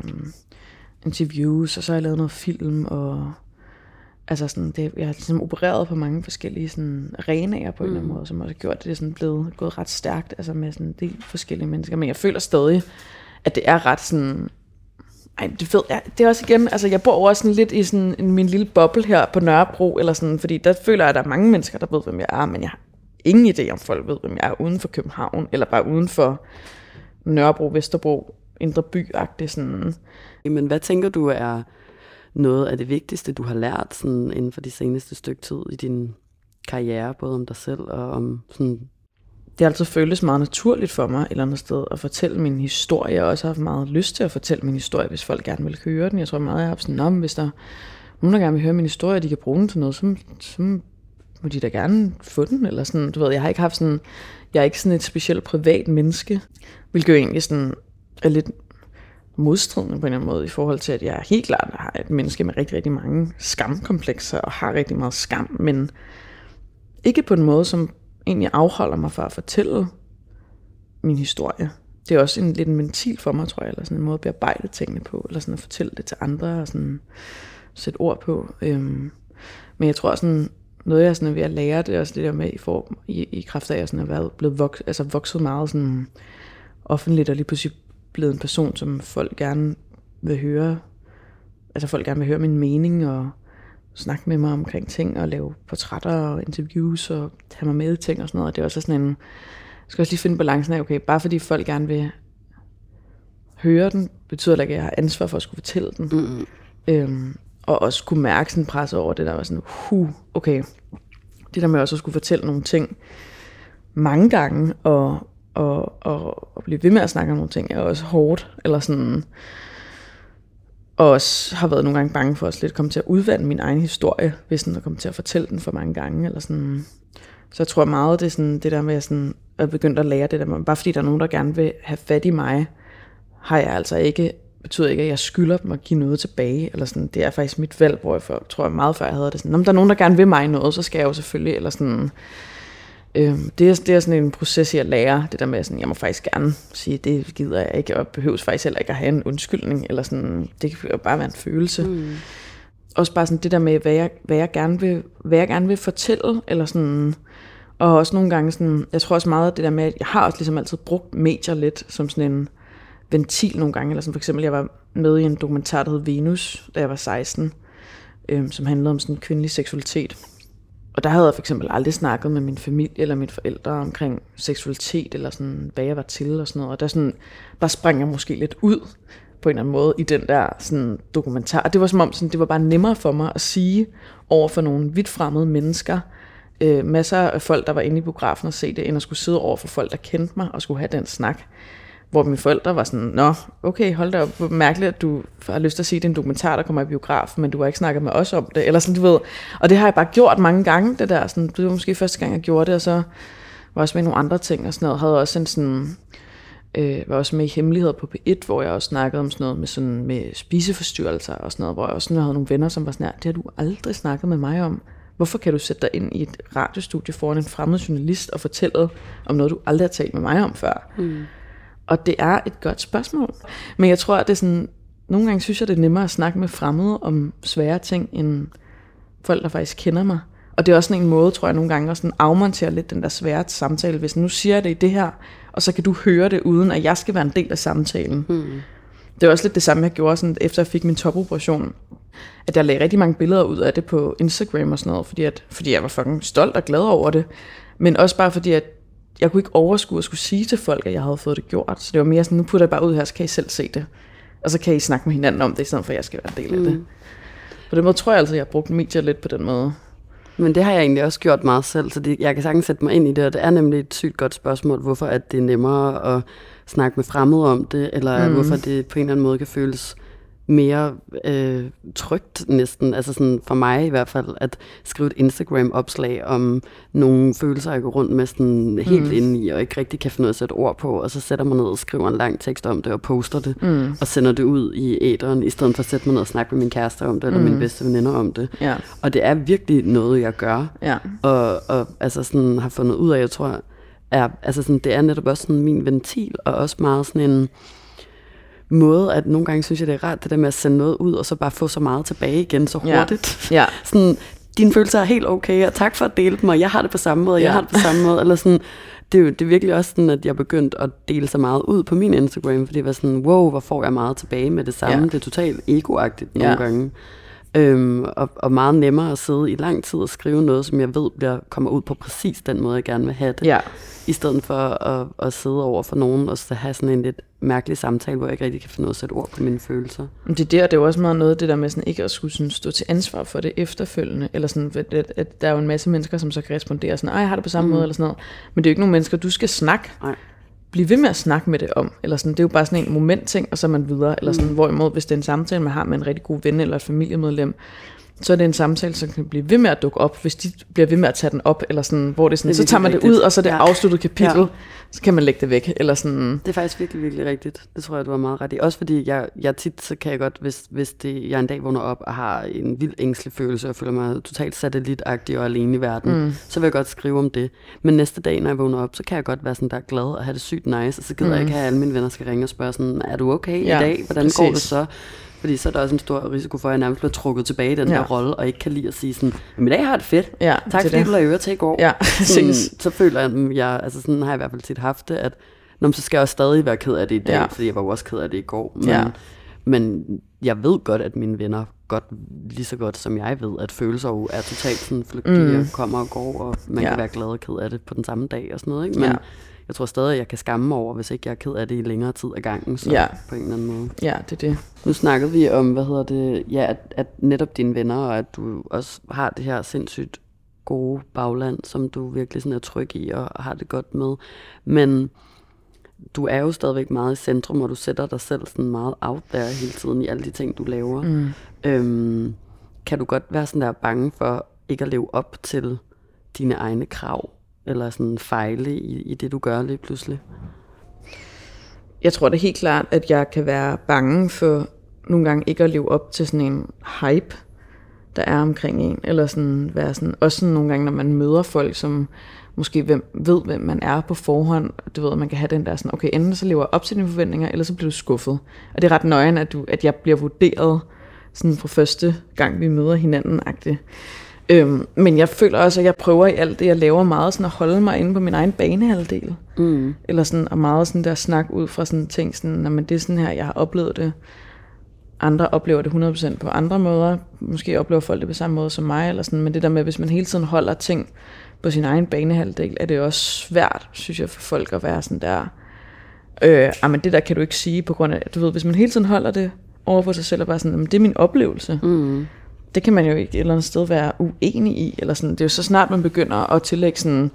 interviews, og så har jeg lavet noget film, og altså sådan, jeg har ligesom opereret på mange forskellige sådan arenaer på en eller anden måde, som også har gjort, at det er sådan gået ret stærkt, altså med sådan en del forskellige mennesker. Men jeg føler stadig, at det er ret sådan, det er også igen, altså jeg bor også sådan lidt i sådan min lille boble her på Nørrebro, eller sådan, fordi der føler jeg, at der er mange mennesker, der ved, hvem jeg er, men jeg har ingen idé om folk ved, hvem jeg er uden for København, eller bare uden for Nørrebro, Vesterbro, Indre By-agtigt sådan. Men hvad tænker du er noget af det vigtigste, du har lært sådan, inden for de seneste stykke tid i din karriere, både om dig selv og om sådan... Det har altid føltes meget naturligt for mig et eller andet sted at fortælle min historie. Jeg har også haft meget lyst til at fortælle min historie, hvis folk gerne vil høre den. Jeg tror meget, jeg har haft sådan, hvis der er nogen, der gerne vil høre min historie, og de kan bruge den til noget, så må de da gerne få den. Eller sådan, du ved, jeg er ikke sådan et specielt privat menneske, hvilket jo egentlig sådan er lidt modstridende på en eller anden måde, i forhold til, at jeg helt klart har et menneske med rigtig, rigtig mange skamkomplekser, og har rigtig meget skam, men ikke på en måde, som egentlig afholder mig fra at fortælle min historie. Det er også lidt en ventil for mig, tror jeg, eller sådan en måde at bearbejde tingene på, eller sådan at fortælle det til andre, og sådan sætte ord på. Men jeg tror sådan, noget jeg sådan er ved at lære, det er også det der med, i kraft af, at jeg sådan har blevet vokset meget sådan offentligt, og lige pludselig blevet en person, som folk gerne vil høre, altså folk gerne vil høre min mening, og snakke med mig omkring ting, og lave portrætter og interviews, og tage mig med i ting og sådan noget. Og det er også sådan en, jeg skal også lige finde balancen af, okay, bare fordi folk gerne vil høre den, betyder det ikke, at jeg har ansvar for at skulle fortælle den. Og også kunne mærke sådan en pres over det, der var sådan, okay, det der med også at skulle fortælle nogle ting mange gange, og blive ved med at snakke om nogle ting, er også hårdt, eller sådan, og også har været nogle gange bange for at lidt komme til at udvande min egen historie, hvis sådan at komme til at fortælle den for mange gange, eller sådan. Så jeg tror meget, det er sådan det der med sådan, at begynde at lære det der med, bare fordi der er nogen, der gerne vil have fat i mig, har jeg altså ikke, betyder ikke, at jeg skylder dem at give noget tilbage, eller sådan. Det er faktisk mit valg, hvor jeg tror jeg meget før jeg havde det sådan, om der er nogen, der gerne vil mig noget, så skal jeg jo selvfølgelig, eller sådan. Det er sådan en proces i at lære det der med sådan, jeg må faktisk gerne sige, det gider jeg ikke, og behøves faktisk heller ikke at have en undskyldning, eller sådan, det kan jo bare være en følelse. Også bare sådan det der med, hvad jeg gerne vil fortælle, eller sådan, og også nogle gange sådan, jeg tror også meget af det der med, at jeg har også ligesom altid brugt medier lidt, som sådan en ventil nogle gange, eller sådan for eksempel, jeg var med i en dokumentar, der hed Venus, da jeg var 16, som handlede om sådan kvindelig seksualitet. Og der havde jeg for eksempel aldrig snakket med min familie eller mine forældre omkring seksualitet, eller sådan, hvad jeg var til og sådan noget. Og der sådan, bare sprang jeg måske lidt ud på en eller anden måde i den der sådan, dokumentar. Og det var som om, sådan, det var bare nemmere for mig at sige over for nogle vidt fremmede mennesker, masser af folk, der var inde i biografen og se det, end at skulle sidde over for folk, der kendte mig og skulle have den snak. hvor mine forældre var sådan, nå, okay, hold da op, hvor mærkeligt, at du har lyst til at sige, at det er en dokumentar, der kommer i biografen, men du har ikke snakket med os om det, eller sådan, du ved. Og det har jeg bare gjort mange gange, det der. Sådan, det var måske første gang, jeg gjorde det, og så var jeg også med nogle andre ting og sådan noget. Havde også en sådan, var også med i Hemmeligheder på P1, hvor jeg også snakkede om sådan noget med spiseforstyrrelser og sådan noget, hvor jeg også havde nogle venner, som var sådan her, det har du aldrig snakket med mig om. Hvorfor kan du sætte dig ind i et radiostudie foran en fremmed journalist og fortælle om noget, du aldrig har talt med mig om før? Og det er et godt spørgsmål. Men jeg tror, at det er sådan, nogle gange synes jeg, det er nemmere at snakke med fremmede om svære ting, end folk, der faktisk kender mig. Og det er også sådan en måde, tror jeg, nogle gange at sådan afmontere lidt den der svære samtale. Hvis nu siger jeg det i det her, og så kan du høre det, uden at jeg skal være en del af samtalen. Det er også lidt det samme, jeg gjorde, sådan, efter jeg fik min topoperation. At jeg lagde rigtig mange billeder ud af det på Instagram og sådan noget, fordi jeg var fucking stolt og glad over det. Men også bare fordi, at jeg kunne ikke overskue at skulle sige til folk, at jeg havde fået det gjort. Så det var mere sådan, nu putter jeg bare ud her, så kan I selv se det. Og så kan I snakke med hinanden om det, i stedet for at jeg skal være en del af det. På den måde tror jeg altså, at jeg har brugt medier lidt på den måde. Men det har jeg egentlig også gjort meget selv, så jeg kan sagtens sætte mig ind i det, og det er nemlig et sygt godt spørgsmål, hvorfor at det er nemmere at snakke med fremmede om det, eller hvorfor det på en eller anden måde kan føles mere trygt næsten, altså sådan for mig i hvert fald, at skrive et Instagram-opslag om nogle følelser, jeg går rundt med sådan helt inde i, og ikke rigtig kan finde noget at sætte ord på, og så sætter man ned og skriver en lang tekst om det, og poster det, og sender det ud i æteren, i stedet for at sætte mig ned og snakke med min kæreste om det, eller mine bedste veninder om det. Ja. Og det er virkelig noget, jeg gør, og altså sådan har fundet ud af, jeg tror, altså sådan, det er netop også sådan min ventil, og også meget sådan en måde, at nogle gange synes jeg, det er rart, det der med at sende noget ud, og så bare få så meget tilbage igen så hurtigt. Ja. Sådan, dine følelser er helt okay, og tak for at dele dem, og jeg har det på samme måde, og jeg har det på samme måde. Eller sådan, det er virkelig også sådan, at jeg begyndte at dele så meget ud på min Instagram, fordi det var sådan, wow, hvor får jeg meget tilbage med det samme. Det er totalt egoagtigt nogle gange. Og meget nemmere at sidde i lang tid og skrive noget, som jeg ved kommer ud på præcis den måde, jeg gerne vil have det. I stedet for at sidde over for nogen og så have sådan en lidt mærkelig samtale, hvor jeg ikke rigtig kan finde noget at sætte ord på mine følelser. Det er jo også meget noget det der med sådan ikke at skulle sådan stå til ansvar for det efterfølgende, eller sådan, at der er jo en masse mennesker, som så kan respondere sådan, jeg har det på samme måde, eller sådan noget. Men det er jo ikke nogen mennesker, du skal snakke. Blive ved med at snakke med det om, eller sådan, det er jo bare sådan en momentting, og så er man videre, eller sådan, hvorimod hvis det er en samtale, man har med en rigtig god ven eller et familiemedlem, så er det en samtale, som kan blive ved med at dukke op, hvis de bliver ved med at tage den op, eller sådan, hvor det er sådan, så tager man det ud, og så er det afsluttet kapitel, så kan man lægge det væk, eller sådan. Det er faktisk virkelig, virkelig rigtigt. Det tror jeg, du har meget ret i. Også fordi jeg tit, så kan jeg godt, hvis jeg en dag vågner op og har en vild ængstelig følelse, og føler mig totalt satellitagtig og alene i verden, så vil jeg godt skrive om det. Men næste dag, når jeg vågner op, så kan jeg godt være sådan der glad og have det sygt nice, og så gider jeg ikke have, at alle mine venner skal ringe og spørge sådan, er du okay i dag? Hvordan går det så? Fordi så er der også en stor risiko for, at jeg nærmest bliver trukket tilbage i den der rolle, og ikke kan lide at sige sådan, men i dag har det fedt. Tak fordi du lader øre til i går. Så føler jeg, altså sådan har jeg i hvert fald tit haft det, at så skal jeg også stadig være ked af det i dag, fordi jeg var jo også ked af det i går. Men jeg ved godt, at mine venner lige så godt som jeg ved, at følelser jo er totalt sådan flygtige og kommer og går, og man kan være glad og ked af det på den samme dag og sådan noget. Ikke? Men jeg tror stadig, at jeg kan skamme mig over, hvis ikke jeg er ked af det i længere tid ad gangen, så på en eller anden måde. Ja, det er det. Nu snakkede vi om, at netop dine venner, og at du også har det her sindssygt gode bagland, som du virkelig sådan er tryg i og har det godt med. Men du er jo stadigvæk meget i centrum, og du sætter dig selv sådan meget out there hele tiden i alle de ting, du laver. Kan du godt være sådan der bange for ikke at leve op til dine egne krav? Eller sådan fejle i det, du gør lige pludselig? Jeg tror det er helt klart, at jeg kan være bange for nogle gange ikke at leve op til sådan en hype, der er omkring en. Eller sådan være sådan, også sådan nogle gange, når man møder folk, som måske ved, hvem man er på forhånd. Du ved, at man kan have den der sådan, okay, enten så lever jeg op til dine forventninger, eller så bliver du skuffet. Og det er ret nøjen, at jeg bliver vurderet sådan fra første gang, vi møder hinanden-agtigt. Men jeg føler også, at jeg prøver i alt det, jeg laver meget sådan at holde mig inde på min egen banehalvdel. Eller sådan, og meget sådan der snak ud fra sådan ting, sådan, men det er sådan her, jeg har oplevet det. Andre oplever det 100% på andre måder. Måske oplever folk det på samme måde som mig, eller sådan. Men det der med, hvis man hele tiden holder ting på sin egen banehalvdel, er det også svært, synes jeg, for folk at være sådan der, men det der kan du ikke sige på grund af, du ved, hvis man hele tiden holder det over for sig selv, og bare sådan, det er min oplevelse. Det kan man jo ikke et eller andet sted være uenig i, eller sådan. Det er jo så snart man begynder at tillægge sådan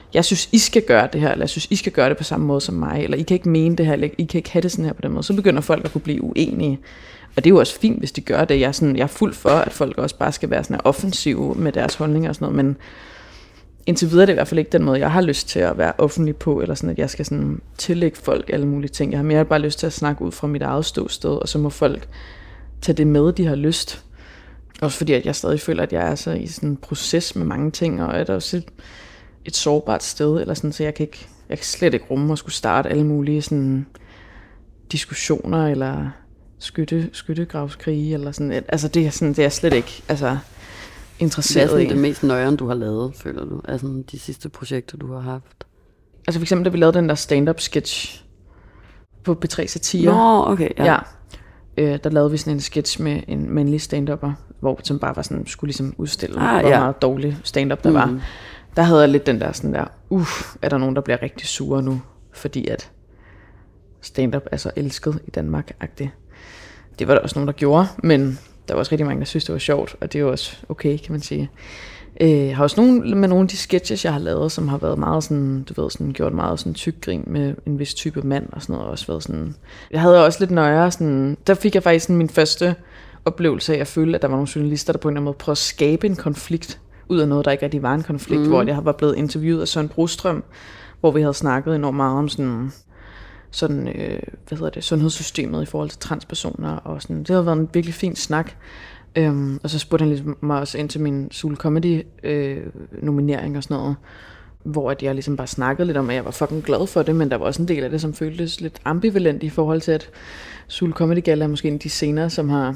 jeg synes, I skal gøre det her, eller jeg synes, I skal gøre det på samme måde som mig, eller I kan ikke mene det her, eller I kan ikke have det sådan her på den måde. Så begynder folk at kunne blive uenige. Og det er jo også fint, hvis de gør det. Jeg er fuld for, at folk også bare skal være sådan offensive med deres holdninger og sådan noget, men indtil videre er det i hvert fald ikke den måde, jeg har lyst til at være offentlig på, eller sådan, at jeg skal sådan tillægge folk alle mulige ting. Jeg har mere bare lyst til at snakke ud fra mit eget ståsted, og så må folk tage det med, de har lyst. Også fordi, at jeg stadig føler, at jeg er så i sådan en proces med mange ting, og er der også et sårbart sted, eller sådan, så jeg kan slet ikke rumme at skulle starte alle mulige sådan diskussioner, eller skyttegravskrige, eller sådan. Altså det er slet ikke interesseret i. Hvad er det mest nøjeren, du har lavet, føler du? Altså de sidste projekter, du har haft? Altså for eksempel, da vi lavede den der stand-up sketch på P3 Satire. Nå, okay, ja. Der lavede vi sådan en sketch med en mandlig stand-upper, som bare var sådan, skulle ligesom udstille, hvor meget dårlig stand-up der var. Der havde jeg lidt den der sådan der, er der nogen, der bliver rigtig sure nu, fordi at stand-up er så elsket i Danmark-agtigt. Det var der også nogen, der gjorde, men der var også rigtig mange, der synes, det var sjovt, og det er jo også okay, kan man sige. Jeg har også nogle af de sketches, jeg har lavet, som har været meget sådan, du ved, sådan, gjort meget sådan tyk grin med en vis type mand og sådan noget, og også været sådan. Jeg havde også lidt nøjere sådan, der fik jeg faktisk sådan min første oplevelse af, at jeg følte, at der var nogle journalister, der på en eller anden måde prøvede at skabe en konflikt ud af noget, der ikke rigtig var en konflikt, hvor jeg var blevet interviewet af Søren Brostrøm, hvor vi havde snakket enormt meget om sådan sundhedssystemet i forhold til transpersoner og sådan. Det havde været en virkelig fin snak. Og så spurgte han ligesom mig også ind til min Zulu Comedy nominering og sådan noget, hvor at jeg ligesom bare snakkede lidt om, at jeg var fucking glad for det, men der var også en del af det, som føltes lidt ambivalent i forhold til, at Zulu Comedy Gala er måske en af de scener, som har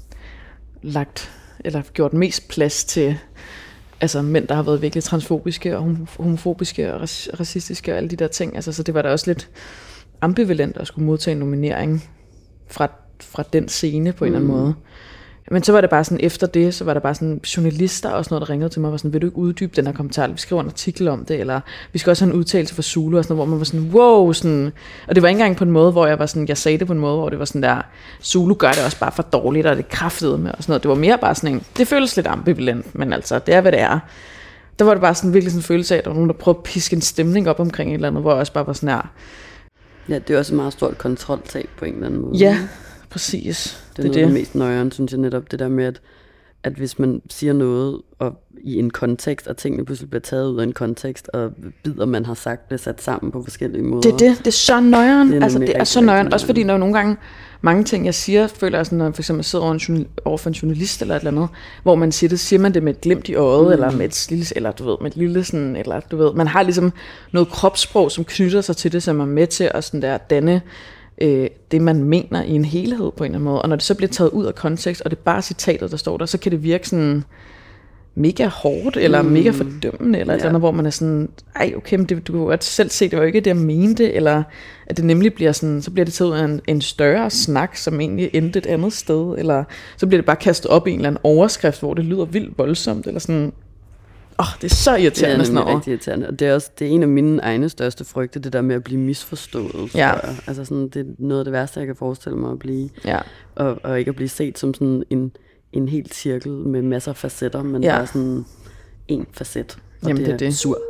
lagt eller gjort mest plads til mænd, der har været virkelig transfobiske og homofobiske og racistiske og alle de der ting. Altså, så det var da også lidt ambivalent at skulle modtage en nominering fra den scene på en eller anden måde. Men så var det bare sådan, efter det, så var der bare sådan journalister og sådan noget, der ringede til mig og var sådan, vil du ikke uddybe den her kommentar? Vi skriver en artikel om det, eller vi skal også have en udtalelse fra Zulu og sådan noget, hvor man var sådan, wow, sådan. Og det var ikke engang på en måde, hvor jeg sagde det på en måde, hvor det var sådan der, Zulu gør det også bare for dårligt, og det kraftede med og sådan noget. Det var mere bare sådan en, det føles lidt ambivalent, men altså, det er, hvad det er. Der var det bare sådan virkelig sådan en følelse af, at der var nogen, der prøvede at piske en stemning op omkring et eller andet, hvor jeg også bare var sådan her. Ja, det er også et meget stort kontroltab på en eller anden måde. Ja, præcis. Det er noget af det mest nøjeren, synes jeg netop, det der med, at hvis man siger noget og i en kontekst, og tingene pludselig bliver taget ud af en kontekst, og bidder, man har sagt, bliver sat sammen på forskellige måder. Det er så nøjeren. Det er så nøjeren. Også fordi, når nogle gange, mange ting, jeg siger, føler jeg sådan, når for eksempel sidder over for en journalist eller et eller andet, hvor man siger man det med et glimt i øjet, eller med et lille, eller du ved, med et lille sådan, eller du ved, man har ligesom noget kropssprog, som knytter sig til det, som er med til at sådan der danne det, man mener i en helhed på en eller anden måde. Og når det så bliver taget ud af kontekst, og det er bare citatet, der står der, så kan det virke sådan mega hårdt, eller mega fordømmende, eller et eller andet, hvor man er sådan, ej, okay, men du kan jo selv se, det var jo ikke det, jeg mente, eller at det nemlig bliver sådan, så bliver det taget ud af en større snak, som egentlig endte et andet sted, eller så bliver det bare kastet op i en eller anden overskrift, hvor det lyder vildt voldsomt, eller sådan. Det er så irriterende sådan noget. Det er rigtig irriterende, og det er en af mine egne største frygte, det der med at blive misforstået. Ja. Altså sådan, det er noget af det værste, jeg kan forestille mig at blive. Ja. Og ikke at blive set som sådan en helt cirkel med masser af facetter, men bare sådan en facet. Og jamen, det er det. Sur.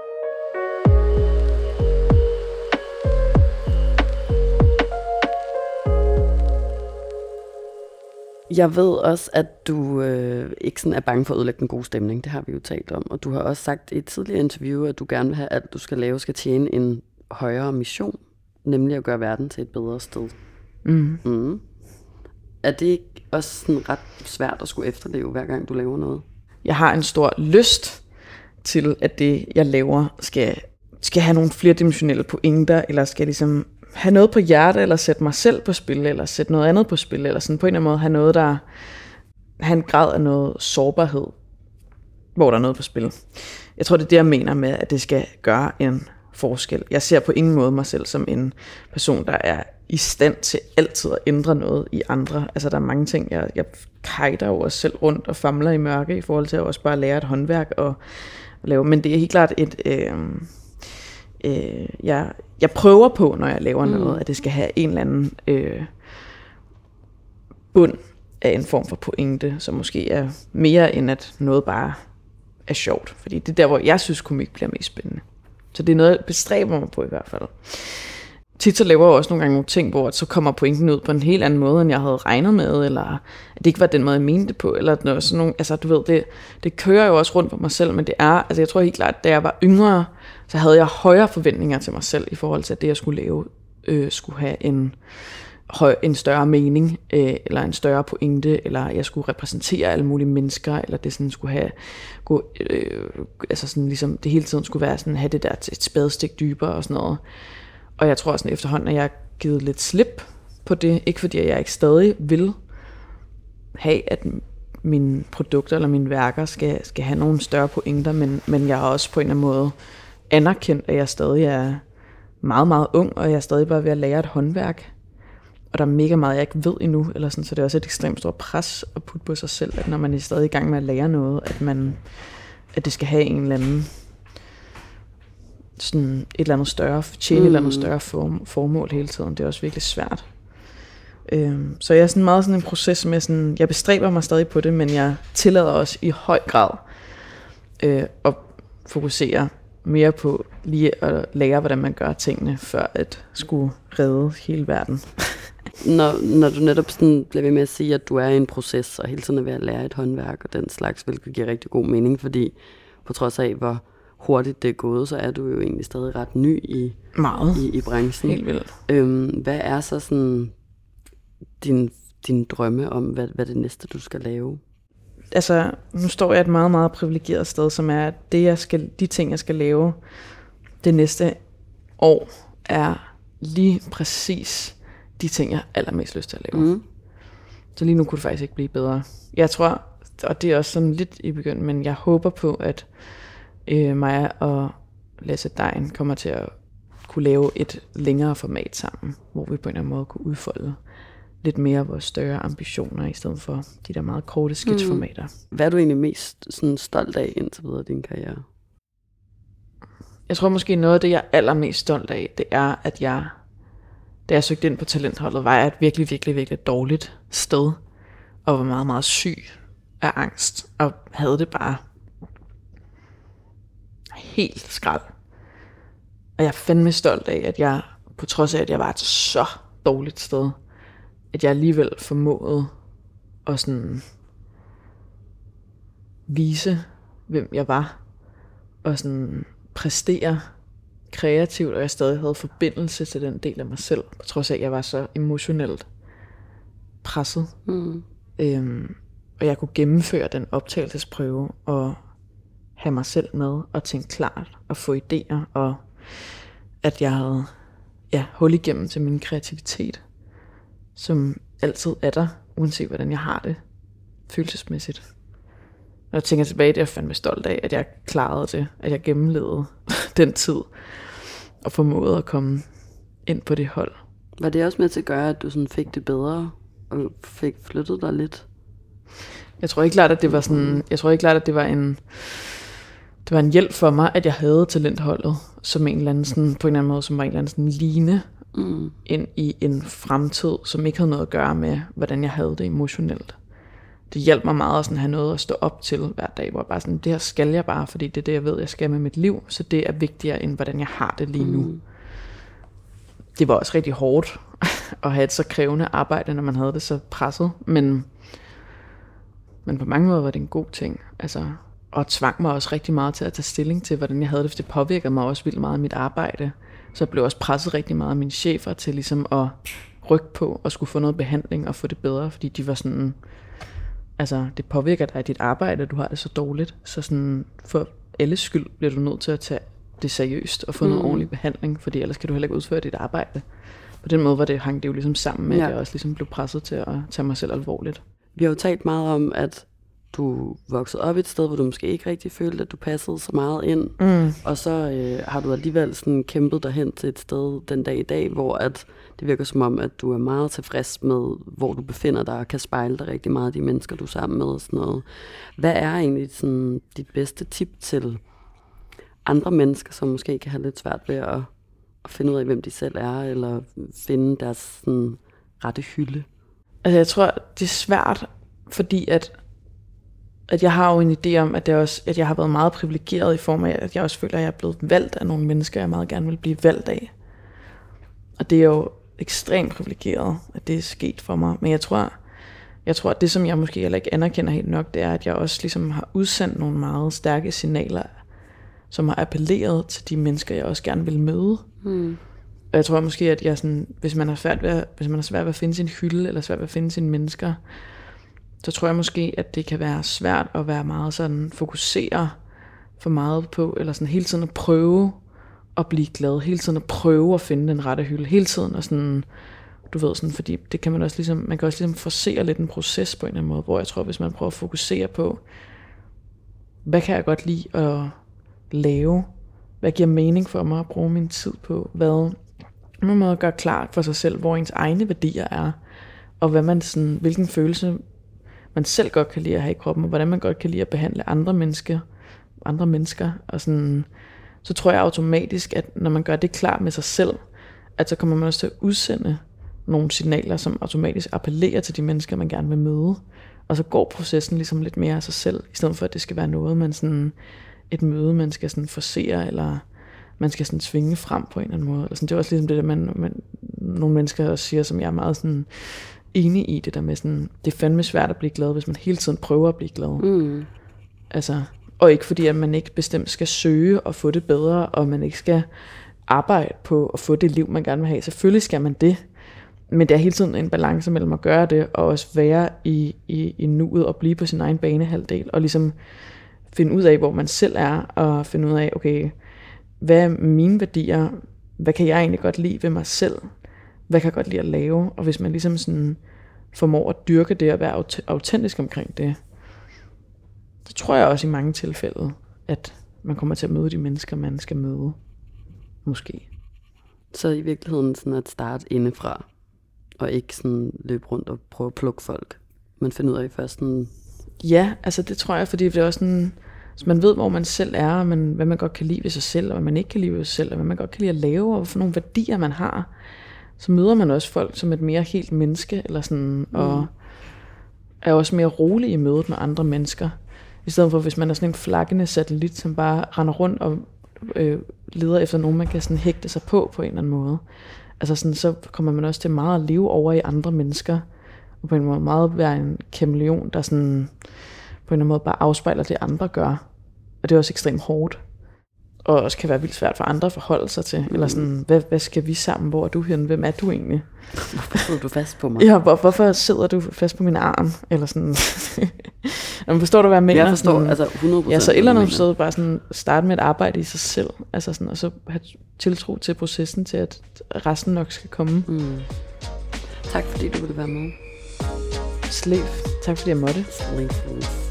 Jeg ved også, at du ikke sådan er bange for at ødelægge den gode stemning. Det har vi jo talt om. Og du har også sagt i et tidligere interview, at du gerne vil have, at alt du skal lave skal tjene en højere mission, nemlig at gøre verden til et bedre sted. Er det ikke også sådan ret svært at skulle efterleve, hver gang du laver noget? Jeg har en stor lyst til, at det, jeg laver, skal have nogle flerdimensionelle pointer, eller skal ligesom have noget på hjerte, eller sætte mig selv på spil, eller sætte noget andet på spil, eller sådan på en eller anden måde have noget, der har en grad af noget sårbarhed, hvor der er noget på spil. Jeg tror, det er det, jeg mener med, at det skal gøre en forskel. Jeg ser på ingen måde mig selv som en person, der er i stand til altid at ændre noget i andre. Altså, der er mange ting, jeg kajter over selv rundt og famler i mørke, i forhold til at også bare lære et håndværk og lave. Men det er helt klart jeg prøver på, når jeg laver noget, at det skal have en eller anden bund af en form for pointe, som måske er mere end at noget bare er sjovt. Fordi det er der, hvor jeg synes, komik bliver mest spændende. Så det er noget, jeg bestræber mig på i hvert fald. Tit så laver jeg også nogle gange nogle ting, hvor så kommer pointen ud på en helt anden måde, end jeg havde regnet med, eller at det ikke var den måde, jeg mente det på, eller noget sådan nogle, altså du ved, det kører jo også rundt for mig selv, men det er, altså jeg tror helt klart, da jeg var yngre, så havde jeg højere forventninger til mig selv, i forhold til, at det, jeg skulle lave, skulle have en større mening, eller en større pointe, eller jeg skulle repræsentere alle mulige mennesker, eller det sådan skulle have, altså sådan ligesom, det hele tiden skulle være sådan, have det der et spadestik dybere og sådan noget. Og jeg tror sådan efterhånden, at jeg har givet lidt slip på det. Ikke fordi jeg ikke stadig vil have, at mine produkter eller mine værker skal have nogle større pointer, men jeg har også på en eller anden måde anerkendt, at jeg stadig er meget, meget ung, og jeg er stadig bare ved at lære et håndværk. Og der er mega meget, jeg ikke ved endnu, eller sådan, så det er også et ekstremt stort pres at putte på sig selv, at når man er stadig i gang med at lære noget, at det skal have en eller anden sådan et eller andet større, tjene et eller andet større formål hele tiden. Det er også virkelig svært. Så jeg er sådan meget sådan en proces med sådan, jeg bestræber mig stadig på det, men jeg tillader også i høj grad at fokusere mere på lige at lære, hvordan man gør tingene, før at skulle redde hele verden. Når du netop sådan bliver ved med at sige, at du er i en proces, og hele tiden er ved at lære et håndværk og den slags, hvilket giver rigtig god mening, fordi på trods af, hvor hurtigt det er gået, så er du jo egentlig stadig ret ny i branchen. Helt vildt. Hvad er så sådan din drømme om, hvad det næste, du skal lave? Altså, nu står jeg et meget, meget privilegeret sted, som er, at de ting, jeg skal lave det næste år, er lige præcis de ting, jeg har allermest lyst til at lave. Mm. Så lige nu kunne det faktisk ikke blive bedre. Jeg tror, og det er også sådan lidt i begyndelsen, men jeg håber på, at mig og Lasse Dein kommer til at kunne lave et længere format sammen, hvor vi på en eller anden måde kunne udfolde lidt mere af vores større ambitioner, i stedet for de der meget korte skitsformater. Hvad er du egentlig mest sådan stolt af indtil videre i din karriere? Jeg tror måske noget af det, jeg er allermest stolt af, det er, at da jeg søgte ind på talentholdet, var jeg et virkelig, virkelig, virkelig dårligt sted, og var meget, meget syg af angst, og havde det bare helt skrald. Og jeg er fandme stolt af, at jeg, på trods af, at jeg var et så dårligt sted, at jeg alligevel formåede at sådan vise, hvem jeg var, og sådan præstere kreativt, og jeg stadig havde forbindelse til den del af mig selv, på trods af, at jeg var så emotionelt presset. Og jeg kunne gennemføre den optagelsesprøve, og have mig selv med, og tænke klart, og få idéer, og at jeg havde hul igennem til min kreativitet, som altid er der, uanset hvordan jeg har det, følelsesmæssigt. Når jeg tænker tilbage, det er jeg fandme stolt af, at jeg klarede det, at jeg gennemlevede den tid, og formåede at komme ind på det hold. Var det også med til at gøre, at du sådan fik det bedre, og fik flyttet dig lidt? Jeg tror ikke klart, at det var sådan, det var en hjælp for mig, at jeg havde talentholdet, som en eller anden sådan, på en eller anden måde, som var en eller anden sådan line ind i en fremtid, som ikke havde noget at gøre med, hvordan jeg havde det emotionelt. Det hjalp mig meget at sådan have noget at stå op til hver dag, hvor jeg bare sådan, det her skal jeg bare, fordi det er det, jeg ved, jeg skal med mit liv, så det er vigtigere, end hvordan jeg har det lige nu. Det var også rigtig hårdt at have et så krævende arbejde, når man havde det så presset, men på mange måder var det en god ting, altså, og tvang mig også rigtig meget til at tage stilling til, hvordan jeg havde det, for det påvirkede mig også vildt meget af mit arbejde, så jeg blev også presset rigtig meget af mine chefer til ligesom at rykke på og skulle få noget behandling og få det bedre, fordi de var sådan, altså det påvirker dig i dit arbejde, at du har det så dårligt, så sådan for alles skyld bliver du nødt til at tage det seriøst og få noget ordentlig behandling, fordi ellers kan du heller ikke udføre dit arbejde. På den måde hang det jo ligesom sammen med, at jeg også ligesom blev presset til at tage mig selv alvorligt. Vi har jo talt meget om, at du voksede op et sted, hvor du måske ikke rigtig følte, at du passede så meget ind. Og så har du alligevel sådan kæmpet dig hen til et sted den dag i dag, hvor at det virker som om, at du er meget tilfreds med, hvor du befinder dig, og kan spejle dig rigtig meget af de mennesker, du er sammen med og sådan noget. Hvad er egentlig sådan dit bedste tip til andre mennesker, som måske kan have lidt svært ved at finde ud af, hvem de selv er, eller finde deres sådan rette hylde? Altså jeg tror, det er svært, fordi at at jeg har jo en idé om, at jeg har været meget privilegeret i form af, at jeg også føler, at jeg er blevet valgt af nogle mennesker, jeg meget gerne vil blive valgt af. Og det er jo ekstremt privilegeret, at det er sket for mig. Men jeg tror, at det, som jeg måske heller ikke anerkender helt nok, det er, at jeg også ligesom har udsendt nogle meget stærke signaler, som har appelleret til de mennesker, jeg også gerne vil møde. Og jeg tror måske, at jeg sådan, hvis man har svært ved at finde sin hylde, eller svært ved at finde sine mennesker, så tror jeg måske, at det kan være svært at være meget sådan, fokusere for meget på, eller sådan hele tiden at prøve at blive glad, hele tiden at prøve at finde den rette hylde, hele tiden og sådan, du ved sådan, fordi det kan man også ligesom, man kan også ligesom forsere lidt en proces på en eller anden måde, hvor jeg tror, hvis man prøver at fokusere på, hvad kan jeg godt lide at lave, hvad giver mening for mig at bruge min tid på, hvad man må gøre klart for sig selv, hvor ens egne værdier er, og hvad man sådan, hvilken følelse man selv godt kan lide at have i kroppen, og hvordan man godt kan lide at behandle andre mennesker, og sådan, så tror jeg automatisk, at når man gør det klart med sig selv, at så kommer man også til at udsende nogle signaler, som automatisk appellerer til de mennesker, man gerne vil møde, og så går processen ligesom lidt mere af sig selv, i stedet for at det skal være noget, man sådan, et møde, man skal sådan forsere, eller man skal sådan svinge frem på en eller anden måde. Eller sådan. Det er også ligesom det, der nogle mennesker også siger, som jeg er meget sådan enig i, det der med sådan, det er fandme svært at blive glad, hvis man hele tiden prøver at blive glad. Altså, og ikke fordi, at man ikke bestemt skal søge og få det bedre, og man ikke skal arbejde på at få det liv, man gerne vil have. Selvfølgelig skal man det, men det er hele tiden en balance mellem at gøre det, og også være i nuet, og blive på sin egen banehalvdel, og ligesom finde ud af, hvor man selv er, og finde ud af, okay, hvad er mine værdier, hvad kan jeg egentlig godt lide ved mig selv, hvad kan jeg godt lide at lave, og hvis man ligesom sådan formår at dyrke det, og være autentisk omkring det, så tror jeg også i mange tilfælde, at man kommer til at møde de mennesker, man skal møde, måske. Så i virkeligheden sådan at starte indefra, og ikke sådan løbe rundt og prøve at plukke folk, man finder ud af først sådan. Ja, altså det tror jeg, fordi det er også sådan, så man ved, hvor man selv er, og hvad man godt kan lide ved sig selv, og hvad man ikke kan lide ved sig selv, og hvad man godt kan lide at lave, og hvad for nogle værdier man har. Så møder man også folk som et mere helt menneske, eller sådan, og er også mere rolig i mødet med andre mennesker. I stedet for, hvis man er sådan en flakkende satellit, som bare render rundt og leder efter nogen, man kan sådan hægte sig på en eller anden måde. Altså sådan, så kommer man også til meget at leve over i andre mennesker, og på en måde meget være en kameleon, der sådan på en eller anden måde bare afspejler det, andre gør. Og det er også ekstremt hårdt. Og også kan være vildt svært for andre at forholde sig til. Eller sådan, hvad skal vi sammen? Hvor er du henne? Hvem er du egentlig? Hvorfor sidder du fast på mig? Ja, hvorfor sidder du fast på min arm? Eller sådan. Jamen, forstår du, hvad jeg mener? Jeg forstår, sådan, altså 100%. Ja, så et eller andet sted bare sådan starte med et arbejde i sig selv. Altså sådan, og så have tiltro til processen, til at resten nok skal komme. Tak fordi du ville være med. Slev. Tak fordi jeg måtte. Slev.